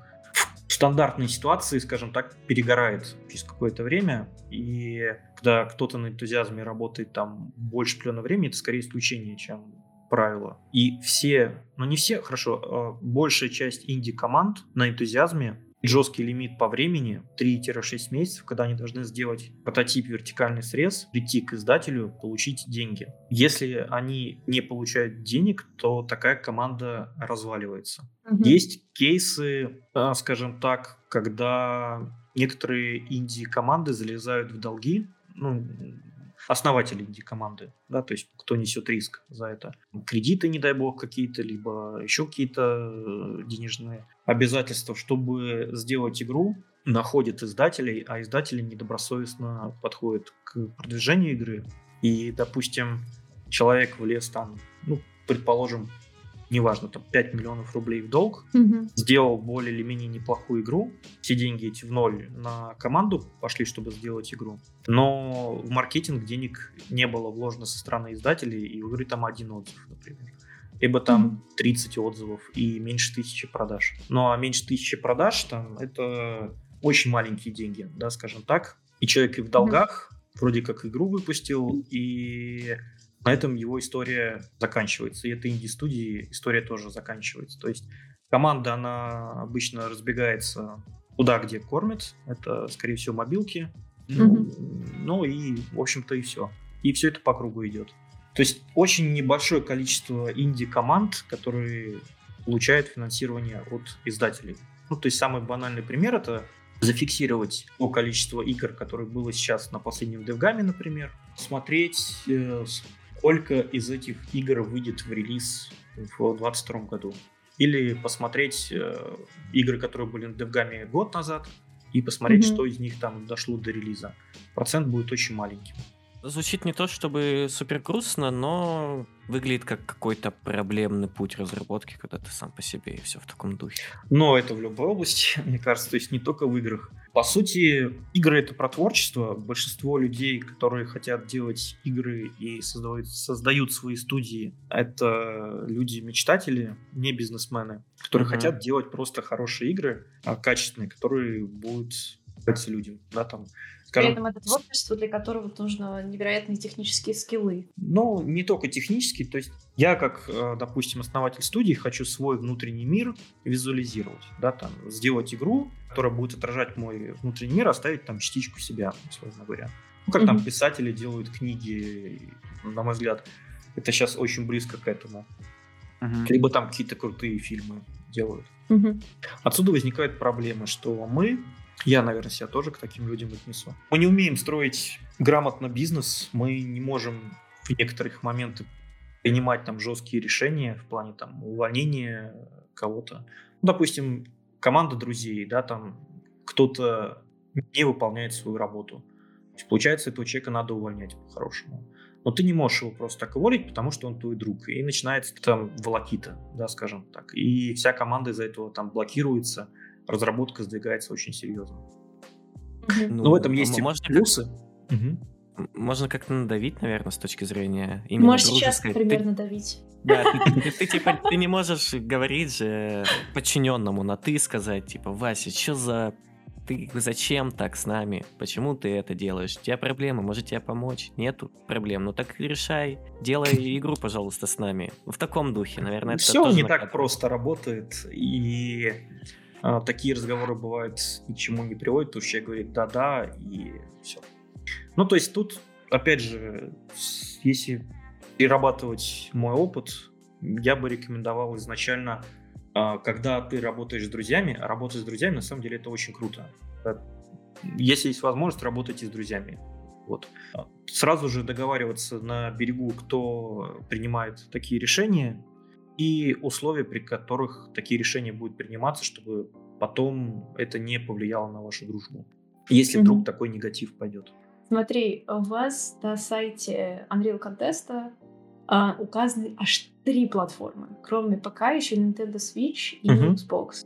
в стандартной ситуации, скажем так, перегорает через какое-то время, и когда кто-то на энтузиазме работает там больше определенного времени, это скорее исключение, чем правило. И все, ну не все, хорошо, большая часть инди-команд на энтузиазме, жесткий лимит по времени три-шесть месяцев, когда они должны сделать прототип, вертикальный срез, прийти к издателю, получить деньги. Если они не получают денег, то такая команда разваливается. Мгм. Есть кейсы, а, скажем так, когда некоторые инди-команды залезают в долги, ну, основатели инди-команды, да, то есть кто несет риск за это. Кредиты, не дай бог, какие-то, либо еще какие-то э, денежные обязательства, чтобы сделать игру, находят издателей, а издатели недобросовестно подходят к продвижению игры. И, допустим, человек влез там, ну, предположим, неважно, там пять миллионов рублей в долг, Мгм. сделал более или менее неплохую игру, все деньги эти в ноль на команду пошли, чтобы сделать игру, но в маркетинг денег не было вложено со стороны издателей, и у игры там один отзыв, например. Либо там Мгм. тридцать отзывов и меньше тысячи продаж. Ну а меньше тысячи продаж там это очень маленькие деньги, да, скажем так. И человек и в долгах, вроде как игру выпустил, и на этом его история заканчивается. И этой инди-студии история тоже заканчивается. То есть команда, она обычно разбегается туда, где кормят. Это, скорее всего, мобилки. Ну, Мгм. ну и, в общем-то, и все. И все это по кругу идет. То есть очень небольшое количество инди-команд, которые получают финансирование от издателей. Ну, то есть самый банальный пример — это зафиксировать то количество игр, которое было сейчас на последнем DevGAM, например, смотреть, э, сколько из этих игр выйдет в релиз в двадцать втором году. Или посмотреть э, игры, которые были на DevGAM год назад, и посмотреть, Мгм. что из них там дошло до релиза. Процент будет очень маленьким. Звучит не то чтобы супер грустно, но выглядит как какой-то проблемный путь разработки, когда ты сам по себе и все в таком духе. Но это в любой области, мне кажется, то есть не только в играх. По сути, игры — это про творчество. Большинство людей, которые хотят делать игры и создают, создают свои студии, это люди-мечтатели, не бизнесмены, которые Мгм. хотят делать просто хорошие игры, а, качественные, которые будут нравиться людям. Да, там. При Скажем, этом это творчество, для которого нужно невероятные технические скиллы. ну, не только технически, то есть я, как, э, допустим, основатель студии, хочу свой внутренний мир визуализировать, да, там, сделать игру, которая будет отражать мой внутренний мир, оставить там частичку себя, условно говоря. Ну, как там Мгм. писатели делают книги, и, на мой взгляд, это сейчас очень близко к этому. Мгм. Либо там какие-то крутые фильмы делают. Мгм. Отсюда возникают проблемы, что мы, я, наверное, себя тоже к таким людям отнесу, мы не умеем строить грамотно бизнес, мы не можем в некоторых моментах принимать там жесткие решения в плане там увольнения кого-то. Ну, допустим, команда друзей, да, там кто-то не выполняет свою работу. То есть, получается, этого человека надо увольнять по-хорошему. Но ты не можешь его просто так уволить, потому что он твой друг. И начинается там волокита, да, скажем так. И вся команда из-за этого там блокируется, разработка сдвигается очень серьезно. Мгм. Но в этом Ну, есть м- и можно как- плюсы. Мгм. м- можно как-то надавить, наверное, с точки зрения именно Можешь сейчас, дружеской. Ты- примерно, давить. Да, ты, ты- ты, типа, ты не можешь говорить же подчиненному на ты сказать, типа, Вася, что за... Ты зачем так с нами? Почему ты это делаешь? У тебя проблемы, может тебе помочь? Нету проблем, ну так решай. Делай игру, пожалуйста, с нами. В таком духе, наверное, это Все тоже не так накатывает. просто работает, и а, такие разговоры бывают ни к чему не приводят, потому что человек говорит да-да, и все. Ну, то есть тут, опять же, с- если перерабатывать мой опыт, я бы рекомендовал изначально, а, когда ты работаешь с друзьями, а работать с друзьями, на самом деле, это очень круто. Э, Если есть возможность, работайте с друзьями. Вот. А, Сразу же договариваться на берегу, кто принимает такие решения, и условия, при которых такие решения будут приниматься, чтобы потом это не повлияло на вашу дружбу. Если вдруг Мгм. такой негатив пойдет. Смотри, у вас на сайте Unreal Contest а, указаны аж три платформы. Кроме ПК, еще Nintendo Switch и Мгм. Xbox.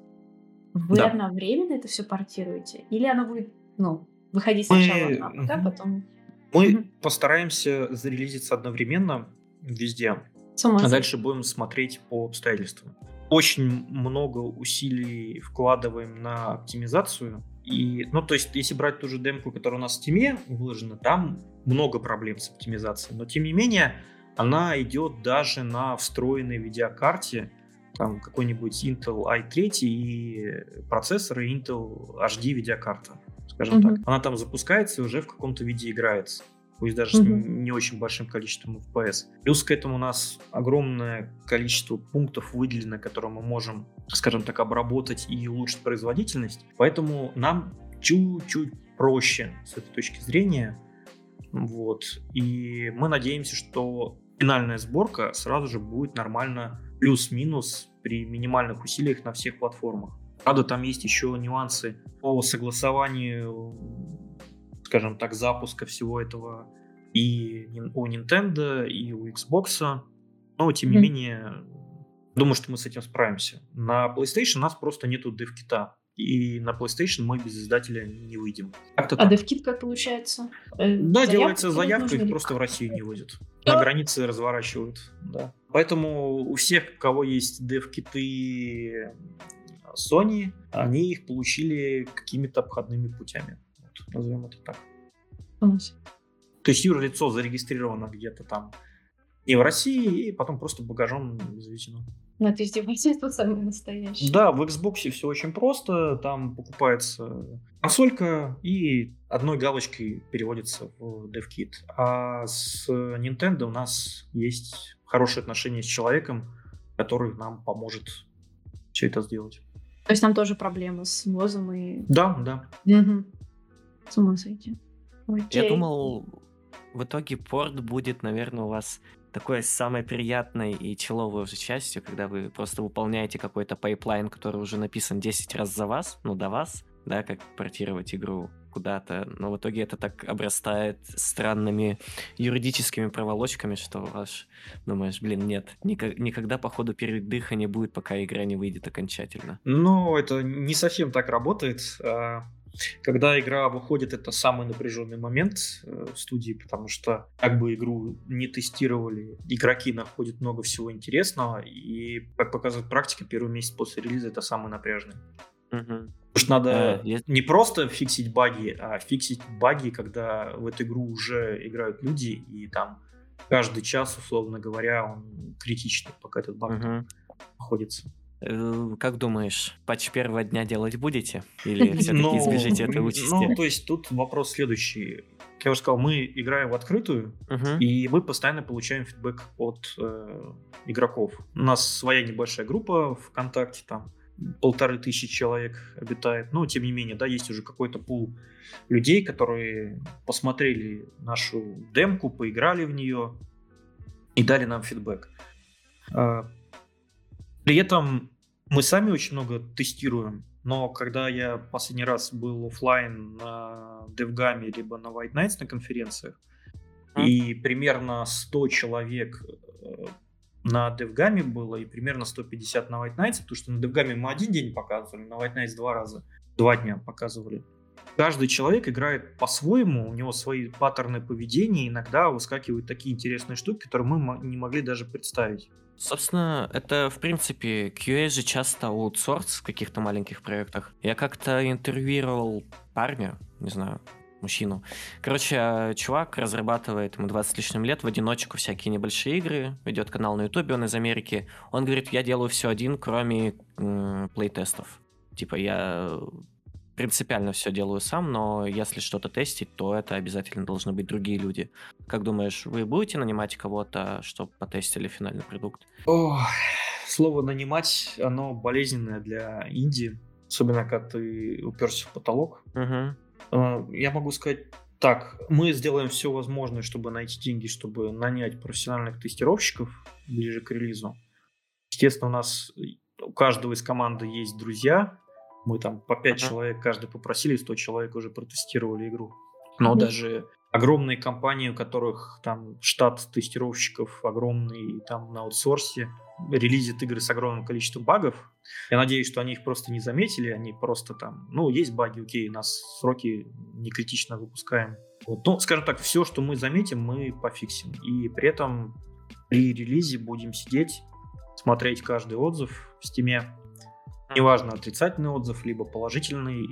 Вы Да. одновременно это все портируете? Или оно будет, ну, выходить сначала Мы, на ПК, мгм. потом... мы Мгм. постараемся зарелизиться одновременно везде, С ума а сойти. дальше будем смотреть по обстоятельствам. Очень много усилий вкладываем на оптимизацию. И, ну, то есть, если брать ту же демку, которая у нас в Steam выложена, там много проблем с оптимизацией. Но, тем не менее, она идет даже на встроенной видеокарте, там какой-нибудь Intel ай три и процессор и Intel эйч ди видеокарта, скажем Мгм. так. Она там запускается и уже в каком-то виде играется, пусть даже с Мгм. не очень большим количеством эф пи эс. Плюс к этому у нас огромное количество пунктов выделено, которые мы можем, скажем так, обработать и улучшить производительность. Поэтому нам чуть-чуть проще с этой точки зрения. Вот. И мы надеемся, что финальная сборка сразу же будет нормально плюс-минус при минимальных усилиях на всех платформах. Правда, там есть еще нюансы по согласованию, скажем так, запуска всего этого и нин- у Nintendo, и у Xbox. Но, тем не Мгм. менее, думаю, что мы с этим справимся. На PlayStation у нас просто нету дев-кита. И на PlayStation мы без издателя не выйдем. Как-то А так. DevKit как получается? Э, Да, заявку делается кидать заявка, нужно их или просто в как? Россию не возят. На границе разворачивают, да. Поэтому у всех, у кого есть дев-киты Sony, они их получили какими-то обходными путями. Вот, назовем это так. У нас. То есть юрлицо зарегистрировано где-то там не в России, и потом просто багажом завезено. Ну, это издевательство самое настоящее. Да, в Xbox все очень просто. Там покупается консолька и одной галочкой переводится в DevKit. А с Nintendo у нас есть хорошие отношения с человеком, который нам поможет все это сделать. То есть там тоже проблемы с ввозом и... Да, да. Мгм. С ума сойти. Я Окей. думал, в итоге порт будет, наверное, у вас такой самой приятной и человой уже частью, когда вы просто выполняете какой-то пайплайн, который уже написан десять раз за вас, ну, до вас, да, как портировать игру куда-то, но в итоге это так обрастает странными юридическими проволочками, что аж думаешь, блин, нет, ника- никогда, походу, передыха не будет, пока игра не выйдет окончательно. Но это не совсем так работает. А, Когда игра выходит, это самый напряженный момент э, в студии, потому что как бы игру не тестировали, игроки находят много всего интересного, и, как показывает практика, первый месяц после релиза это самый напряженный. Мгм. Потому что Э, надо есть- не просто фиксить баги, а фиксить баги, когда в эту игру уже играют люди, и там каждый час, условно говоря, он критичный, пока этот баг там Мгм. находится. Э, Как думаешь, патч первого дня делать будете? Или все-таки Ну, избежите этой м, участи? ну, то есть тут вопрос следующий. Как я уже сказал, мы играем в открытую, Мгм. и мы постоянно получаем фидбэк от э, игроков. У нас своя небольшая группа ВКонтакте, там полторы тысячи человек обитает, но тем не менее, да, есть уже какой-то пул людей, которые посмотрели нашу демку, поиграли в нее и дали нам фидбэк. А, При этом мы сами очень много тестируем, но когда я последний раз был оффлайн на DevGam либо на White Nights на конференциях, Мгм. и примерно сто человек э, на DevGam было, и примерно сто пятьдесят на White Nights, потому что на DevGam мы один день показывали, на White Nights два раза, два дня показывали. Каждый человек играет по-своему, у него свои паттерны поведения, иногда выскакивают такие интересные штуки, которые мы мо- не могли даже представить. Собственно, это, в принципе, кью эй же часто аутсорс в каких-то маленьких проектах. Я как-то интервьюировал парня, не знаю, мужчину. Короче, э, чувак разрабатывает, ему двадцать с лишним лет, в одиночку всякие небольшие игры, ведет канал на ютубе, он из Америки. Он говорит, я делаю все один, кроме м, плейтестов. Типа, я принципиально все делаю сам, но если что-то тестить, то это обязательно должны быть другие люди. Как думаешь, вы будете нанимать кого-то, чтобы потестили финальный продукт? Ох, слово нанимать, оно болезненное для инди, особенно когда ты уперся в потолок. Угу. Э, Я могу сказать так, мы сделаем все возможное, чтобы найти деньги, чтобы нанять профессиональных тестировщиков ближе к релизу. Естественно, у нас у каждого из команды есть друзья. Мы там по пять Ага. человек каждый попросили, сто человек уже протестировали игру. Но Мгм. даже огромные компании, у которых там штат тестировщиков огромный, там на аутсорсе, релизят игры с огромным количеством багов. Я надеюсь, что они их просто не заметили, они просто там, ну, есть баги, окей, у нас сроки не критично выпускаем. Вот. Ну, скажем так, все, что мы заметим, мы пофиксим. И при этом при релизе будем сидеть, смотреть каждый отзыв в стиме, неважно, отрицательный отзыв, либо положительный,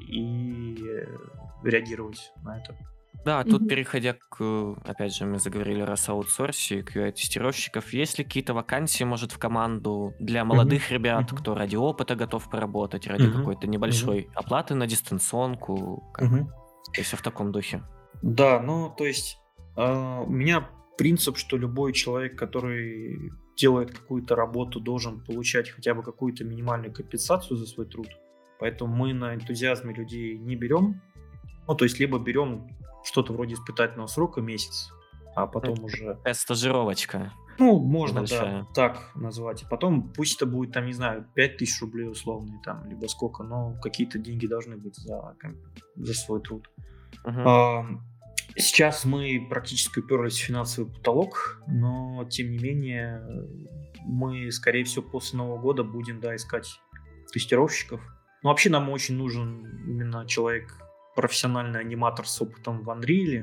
и э, реагировать на это. Да, тут Мгм. переходя к, э, опять же, мы заговорили раз о аутсорсе, кью эй-тестировщиков, есть ли какие-то вакансии, может, в команду для молодых ребят, мгм. кто ради опыта готов поработать, ради Мгм. какой-то небольшой оплаты на дистанционку, как, Мгм. если в таком духе? Да, ну, то есть а, у меня принцип, что любой человек, который делает какую-то работу, должен получать хотя бы какую-то минимальную компенсацию за свой труд. Поэтому мы на энтузиазме людей не берем. Ну, то есть либо берем что-то вроде испытательного срока месяц, а потом Это уже... такая стажировочка Ну, можно, небольшая. да, так назвать. Потом пусть это будет, там, не знаю, пять тысяч рублей условные, там, либо сколько, но какие-то деньги должны быть за, ком- за свой труд. Мгм. А, Сейчас мы практически уперлись в финансовый потолок, но, тем не менее, мы, скорее всего, после Нового года будем, да, искать тестировщиков. Ну, вообще нам очень нужен именно человек, профессиональный аниматор с опытом в Unreal,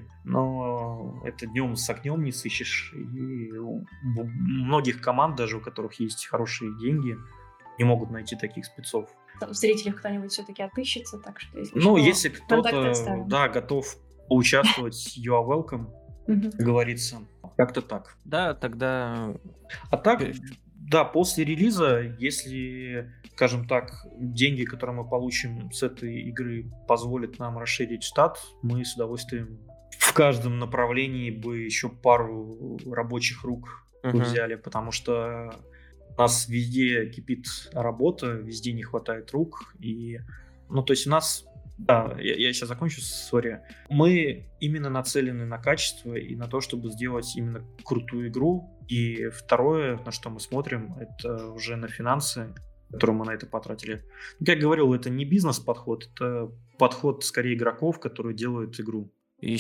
но это днем с огнем не сыщешь. И у у многих команд, даже у которых есть хорошие деньги, не могут найти таких спецов. Там в зрителях кто-нибудь все-таки отыщется, так что если Ну, что, если контакты кто-то, оставим. да, готов поучаствовать, you are welcome, Мгм. как говорится. Как-то так. Да, тогда А так, э, да, после релиза, если, скажем так, деньги, которые мы получим с этой игры, позволят нам расширить штат, мы с удовольствием в каждом направлении бы еще пару рабочих рук бы мгм. взяли, потому что у нас везде кипит работа, везде не хватает рук, и, ну, то есть у нас, да, я, я сейчас закончу, сори, мы именно нацелены на качество и на то, чтобы сделать именно крутую игру. И второе, на что мы смотрим, это уже на финансы, которые мы на это потратили. Как я говорил, это не бизнес-подход, это подход скорее игроков, которые делают игру.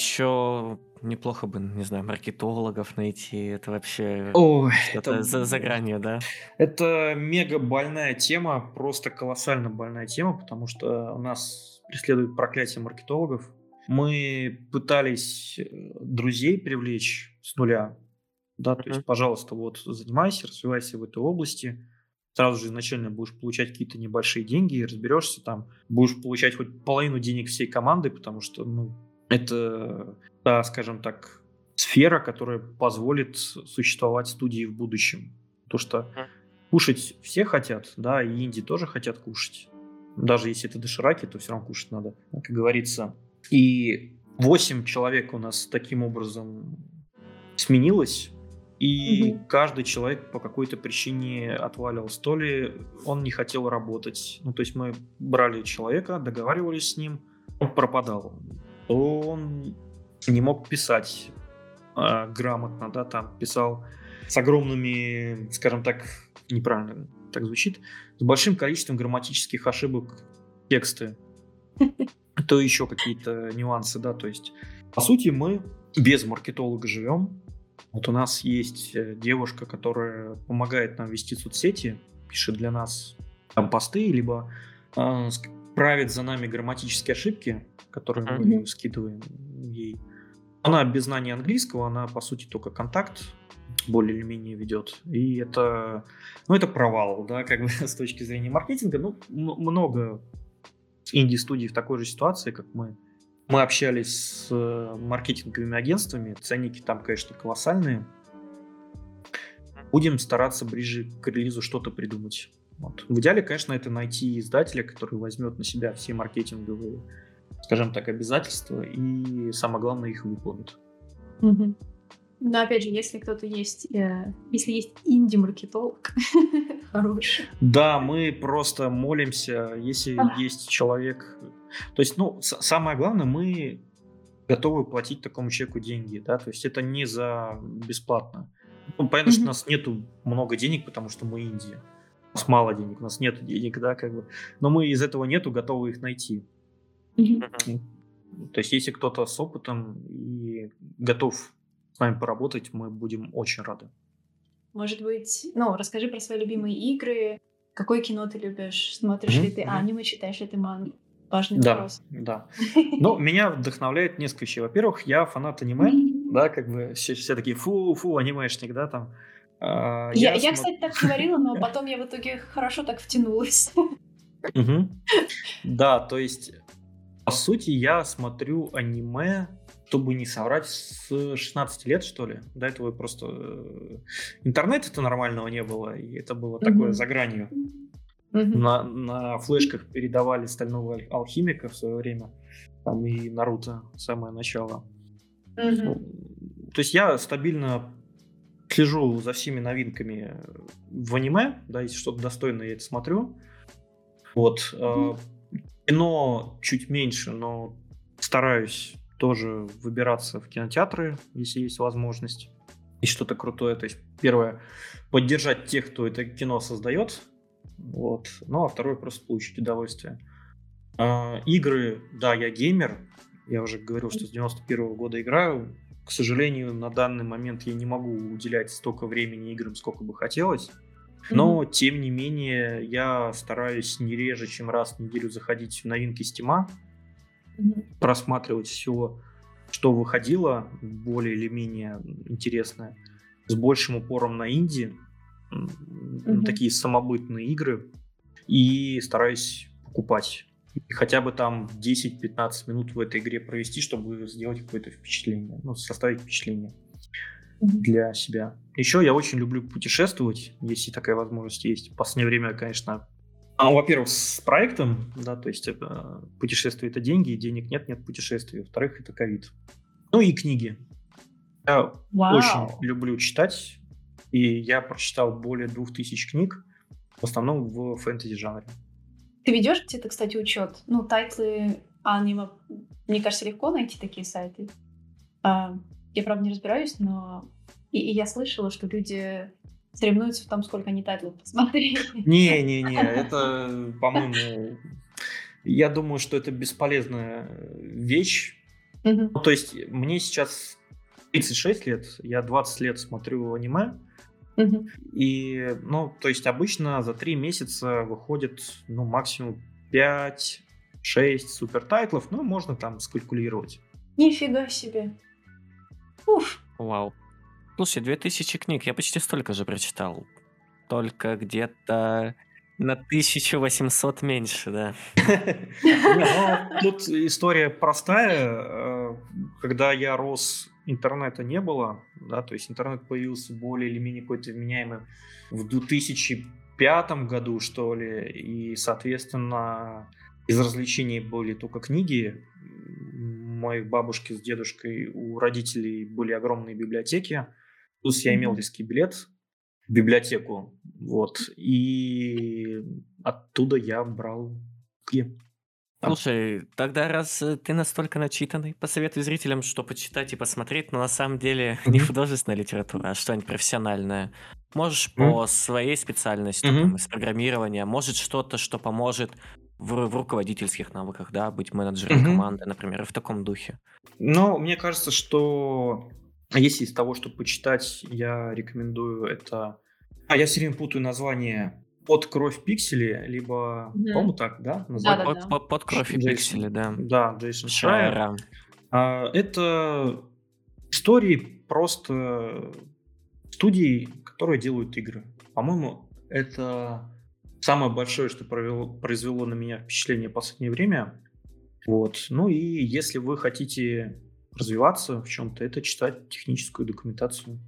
Еще неплохо бы, не знаю, маркетологов найти. Это вообще Ой, что-то это, за, за гранью, да? это мега больная тема, просто колоссально больная тема, потому что у нас преследует проклятие маркетологов. Мы пытались э, друзей привлечь с нуля, да, то есть, Мгм. пожалуйста, вот занимайся, развивайся в этой области. сразу же изначально будешь получать какие-то небольшие деньги и разберешься там, будешь получать хоть половину денег всей команды, потому что, ну, это, да, скажем так, сфера, которая позволит существовать студии в будущем. Потому что кушать все хотят, да, и инди тоже хотят кушать. Даже если это дошираки, то все равно кушать надо, как говорится. И восемь человек у нас таким образом сменилось, и mm-hmm. каждый человек по какой-то причине отваливался. То ли он не хотел работать. Ну, то есть мы брали человека, договаривались с ним, он пропадал. То он не мог писать э, грамотно, да, там писал с огромными, скажем так, неправильно так звучит, с большим количеством грамматических ошибок тексты. То еще какие-то нюансы, да, то есть по сути мы без маркетолога живем. Вот у нас есть девушка, которая помогает нам вести соцсети, пишет для нас там посты, либо э, правит за нами грамматические ошибки, которые mm-hmm. мы скидываем ей. Она без знания английского, она по сути только контакт более или менее ведет. И это, ну, это провал, да, как бы с точки зрения маркетинга. Ну, м- много инди-студий в такой же ситуации, как мы. Мы общались с маркетинговыми агентствами, ценники там, конечно, колоссальные. Будем стараться ближе к релизу что-то придумать. Вот. В идеале, конечно, это найти издателя, который возьмет на себя все маркетинговые, скажем так, обязательства и, самое главное, их выполнит. Угу. Но, опять же, если кто-то есть, э, если есть инди-маркетолог хороший. Да, мы просто молимся, если а. есть человек... То есть, ну, с- самое главное, мы готовы платить такому человеку деньги, да, то есть это не за бесплатно. Ну, понятно, mm-hmm. что у нас нету много денег, потому что мы Индия. У нас мало денег, у нас нет денег, да, как бы. Но мы из этого нету, готовы их найти. Mm-hmm. То есть, если кто-то с опытом и готов с нами поработать, мы будем очень рады. Может быть, ну, расскажи про свои любимые игры. Какое кино ты любишь? Смотришь mm-hmm. ли ты аниме, читаешь ли ты мангу? Важный да, вопрос. Да, ну, меня вдохновляет несколько вещей. Во-первых, я фанат аниме, да, как бы все, все такие фу-фу, анимешник, да, там. А, я, я, я см... кстати, так говорила, но потом я в итоге хорошо так втянулась. Угу. Да, то есть, по сути, я смотрю аниме, чтобы не соврать, с шестнадцати лет, что ли. До этого просто интернета-то нормального не было, и это было такое за гранью. Mm-hmm. На, на флешках передавали «Стального алхимика» в свое время, там и «Наруто» самое начало. Mm-hmm. Ну, то есть я стабильно слежу за всеми новинками в аниме, да, если что-то достойное, я это смотрю. Вот. Mm-hmm. э, кино чуть меньше, но стараюсь тоже выбираться в кинотеатры, если есть возможность, и что-то крутое. То есть первое, поддержать тех, кто это кино создает. Вот. Ну, а второе, просто получить удовольствие. А, игры, да, я геймер. Я уже говорил, что с девяносто первого года играю. К сожалению, на данный момент я не могу уделять столько времени играм, сколько бы хотелось. Но, mm-hmm. тем не менее, я стараюсь не реже, чем раз в неделю заходить в новинки Стима, mm-hmm. просматривать все, что выходило, более или менее интересное, с большим упором на инди. Mm-hmm. Такие самобытные игры, и стараюсь покупать. И хотя бы там десять-пятнадцать минут в этой игре провести, чтобы сделать какое-то впечатление, ну, составить впечатление mm-hmm. для себя. Еще я очень люблю путешествовать, если такая возможность есть. В последнее время, конечно, а, во-первых, с проектом, да, то есть это, путешествие — это деньги, денег нет, нет путешествий. Во-вторых, это ковид. Ну и книги. Я wow. очень люблю читать. И я прочитал более двух тысяч книг, в основном в фэнтези-жанре. Ты ведешь где-то, кстати, учет? Ну, тайтлы аниме, мне кажется, легко найти такие сайты. А, я, правда, не разбираюсь, но... И, и я слышала, что люди соревнуются в том, сколько они тайтлов посмотрели. Не-не-не, это, по-моему... Я думаю, что это бесполезная вещь. Mm-hmm. Ну, то есть мне сейчас тридцать шесть лет, я двадцать лет смотрю аниме. Uh-huh. И, ну, то есть обычно за три месяца выходит, ну, максимум пять-шесть супертайтлов, ну, можно там скалькулировать. Нифига себе. Уф. Вау. Слушай, две тысячи книг, я почти столько же прочитал. только где-то на тысячу восемьсот меньше, да. Не, ну, тут история простая. Э, Когда я рос, интернета не было, да, то есть интернет появился более или менее какой-то вменяемый в две тысячи пятом году, что ли, и, соответственно, из развлечений были только книги. М, Моей бабушки с дедушкой, у родителей были огромные библиотеки, плюс я имел Мгм. детский билет в библиотеку, вот, и оттуда я брал книги. А, Слушай, тогда раз э, ты настолько начитанный, посоветуй зрителям, что почитать и посмотреть, но на самом деле не мгм, художественная литература, а что-нибудь профессиональное. Можешь мгм, по своей специальности, там, мгм, из программирования, может что-то, что поможет в, в руководительских навыках, да, быть менеджером мгм. команды, например, и в таком духе. Но мне кажется, что если из того, что почитать, я рекомендую это... А, я все время путаю название «Под кровь пиксели», либо, по-моему, Мгм. так, да, Под, название? под, Да-да-да. под, под Ш- кровь и пиксели, Джейсон, да. да, Джейсон Шрайер. Шайера. А, Это истории просто студий, которые делают игры. По-моему, это самое большое, что провело- произвело на меня впечатление в последнее время. Вот. Ну и если вы хотите развиваться в чем-то, это читать техническую документацию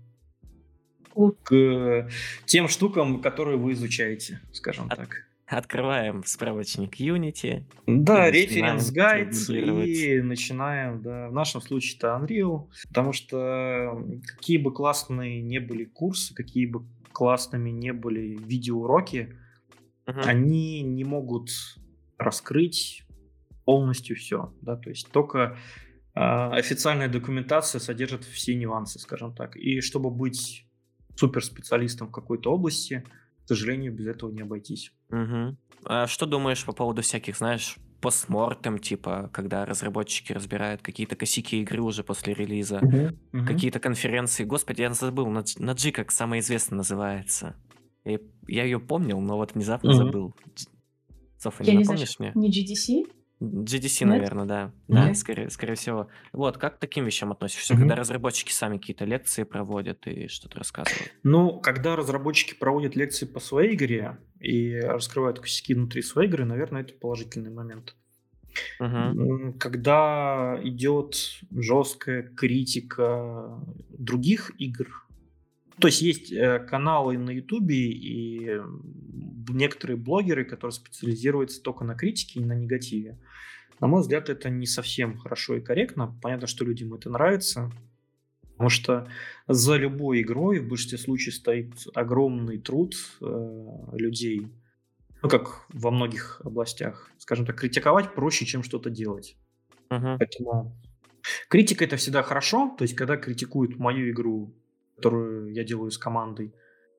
У- к тем штукам, которые вы изучаете, скажем От- так. открываем справочник Unity и Да, референс начинаем гайд дебагировать. и начинаем, да, в нашем случае это Unreal, потому что какие бы классные не были курсы, какие бы классными не были видеоуроки, Мгм. они не могут раскрыть полностью все, да, то есть только а, официальная документация содержит все нюансы, скажем так. И чтобы быть суперспециалистом в какой-то области, к сожалению, без этого не обойтись. Мгм. А что думаешь по поводу всяких, знаешь, постмортем, типа, когда разработчики разбирают какие-то косяки игры уже после релиза, Мгм. Мгм. какие-то конференции? Господи, я забыл, на, Дж- на G как самая известная называется. И я ее помнил, но вот внезапно Мгм. забыл. Дж- Софа, не Я не знаю, что- напомнишь мне? не джи ди си? джи ди си, Нет? наверное, да. Да, Мгм. Окей. скорее, скорее всего. Вот, как к таким вещам относишься, когда Мгм. разработчики сами какие-то лекции проводят и что-то рассказывают? Ну, когда разработчики проводят лекции по своей игре и раскрывают косяки внутри своей игры, наверное, это положительный момент. Угу. М, Когда идет жесткая критика других игр, то есть есть э, каналы на Ютубе и м, некоторые блогеры, которые специализируются только на критике и на негативе. На мой взгляд, это не совсем хорошо и корректно. Понятно, что людям это нравится, потому что за любой игрой в большинстве случаев стоит огромный труд э, людей. Ну, как во многих областях. Скажем так, критиковать проще, чем что-то делать. Угу. Поэтому критика это всегда хорошо. То есть, когда критикуют мою игру, которую я делаю с командой,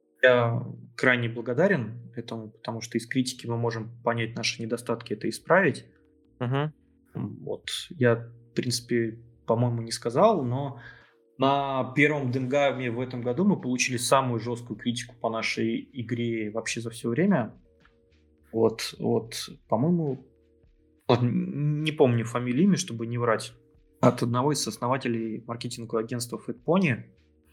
я крайне благодарен этому, потому что из критики мы можем понять наши недостатки, это исправить. Угу. М, Вот я, в принципе, по-моему, не сказал, но на первом Денгаме в этом году мы получили самую жесткую критику по нашей игре вообще за все время. Вот, вот, по-моему, ладно, н- не помню фамилию, имя, чтобы не врать, от одного из основателей маркетингового агентства FatPony.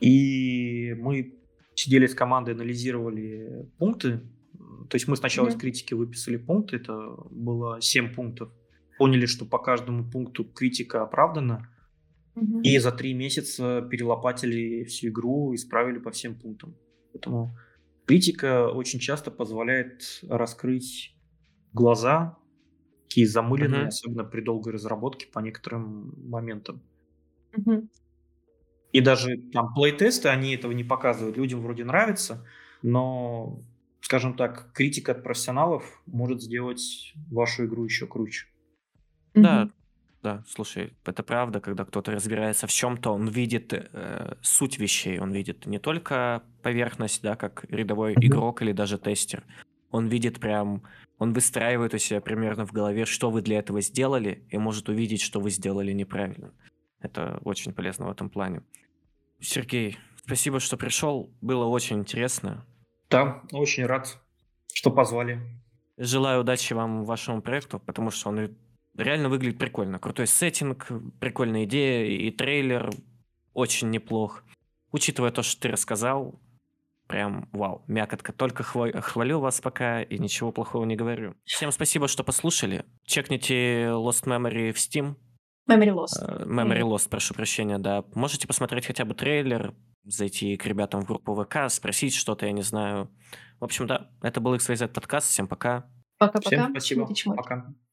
И мы сидели с командой, анализировали пункты. То есть мы сначала из Мгм. критики выписали пункты, это было семь пунктов. Поняли, что по каждому пункту критика оправдана. Мгм. И за три месяца перелопатили всю игру, исправили по всем пунктам. Поэтому критика очень часто позволяет раскрыть глаза, такие замыленные, Угу. особенно при долгой разработке по некоторым моментам. Мгм. И даже там плейтесты, они этого не показывают. Людям вроде нравится, но, скажем так, критика от профессионалов может сделать вашу игру еще круче. Да, Мгм. да, слушай, это правда, когда кто-то разбирается в чем-то, он видит э, суть вещей, он видит не только поверхность, да, как рядовой Мгм. игрок или даже тестер. Он видит прям, он выстраивает у себя примерно в голове, что вы для этого сделали, и может увидеть, что вы сделали неправильно. Это очень полезно в этом плане. Сергей, спасибо, что пришел, было очень интересно. Да, очень рад, что позвали. Желаю удачи вам в вашему проекту, потому что он реально выглядит прикольно. Крутой сеттинг, прикольная идея, и трейлер очень неплох. Учитывая то, что ты рассказал, прям вау, мякотка. Только хва- хвалю вас пока и ничего плохого не говорю. Всем спасибо, что послушали. Чекните Lost Memory в Steam. Memory Loss. Э, Memory Мгм. Lost, прошу прощения, да. Можете посмотреть хотя бы трейлер, зайти к ребятам в группу ВК, спросить что-то, я не знаю. В общем, да, это был икс вай зет подкаст. Всем пока. Пока-пока. Всем спасибо. Чмоки-чмоки. Пока.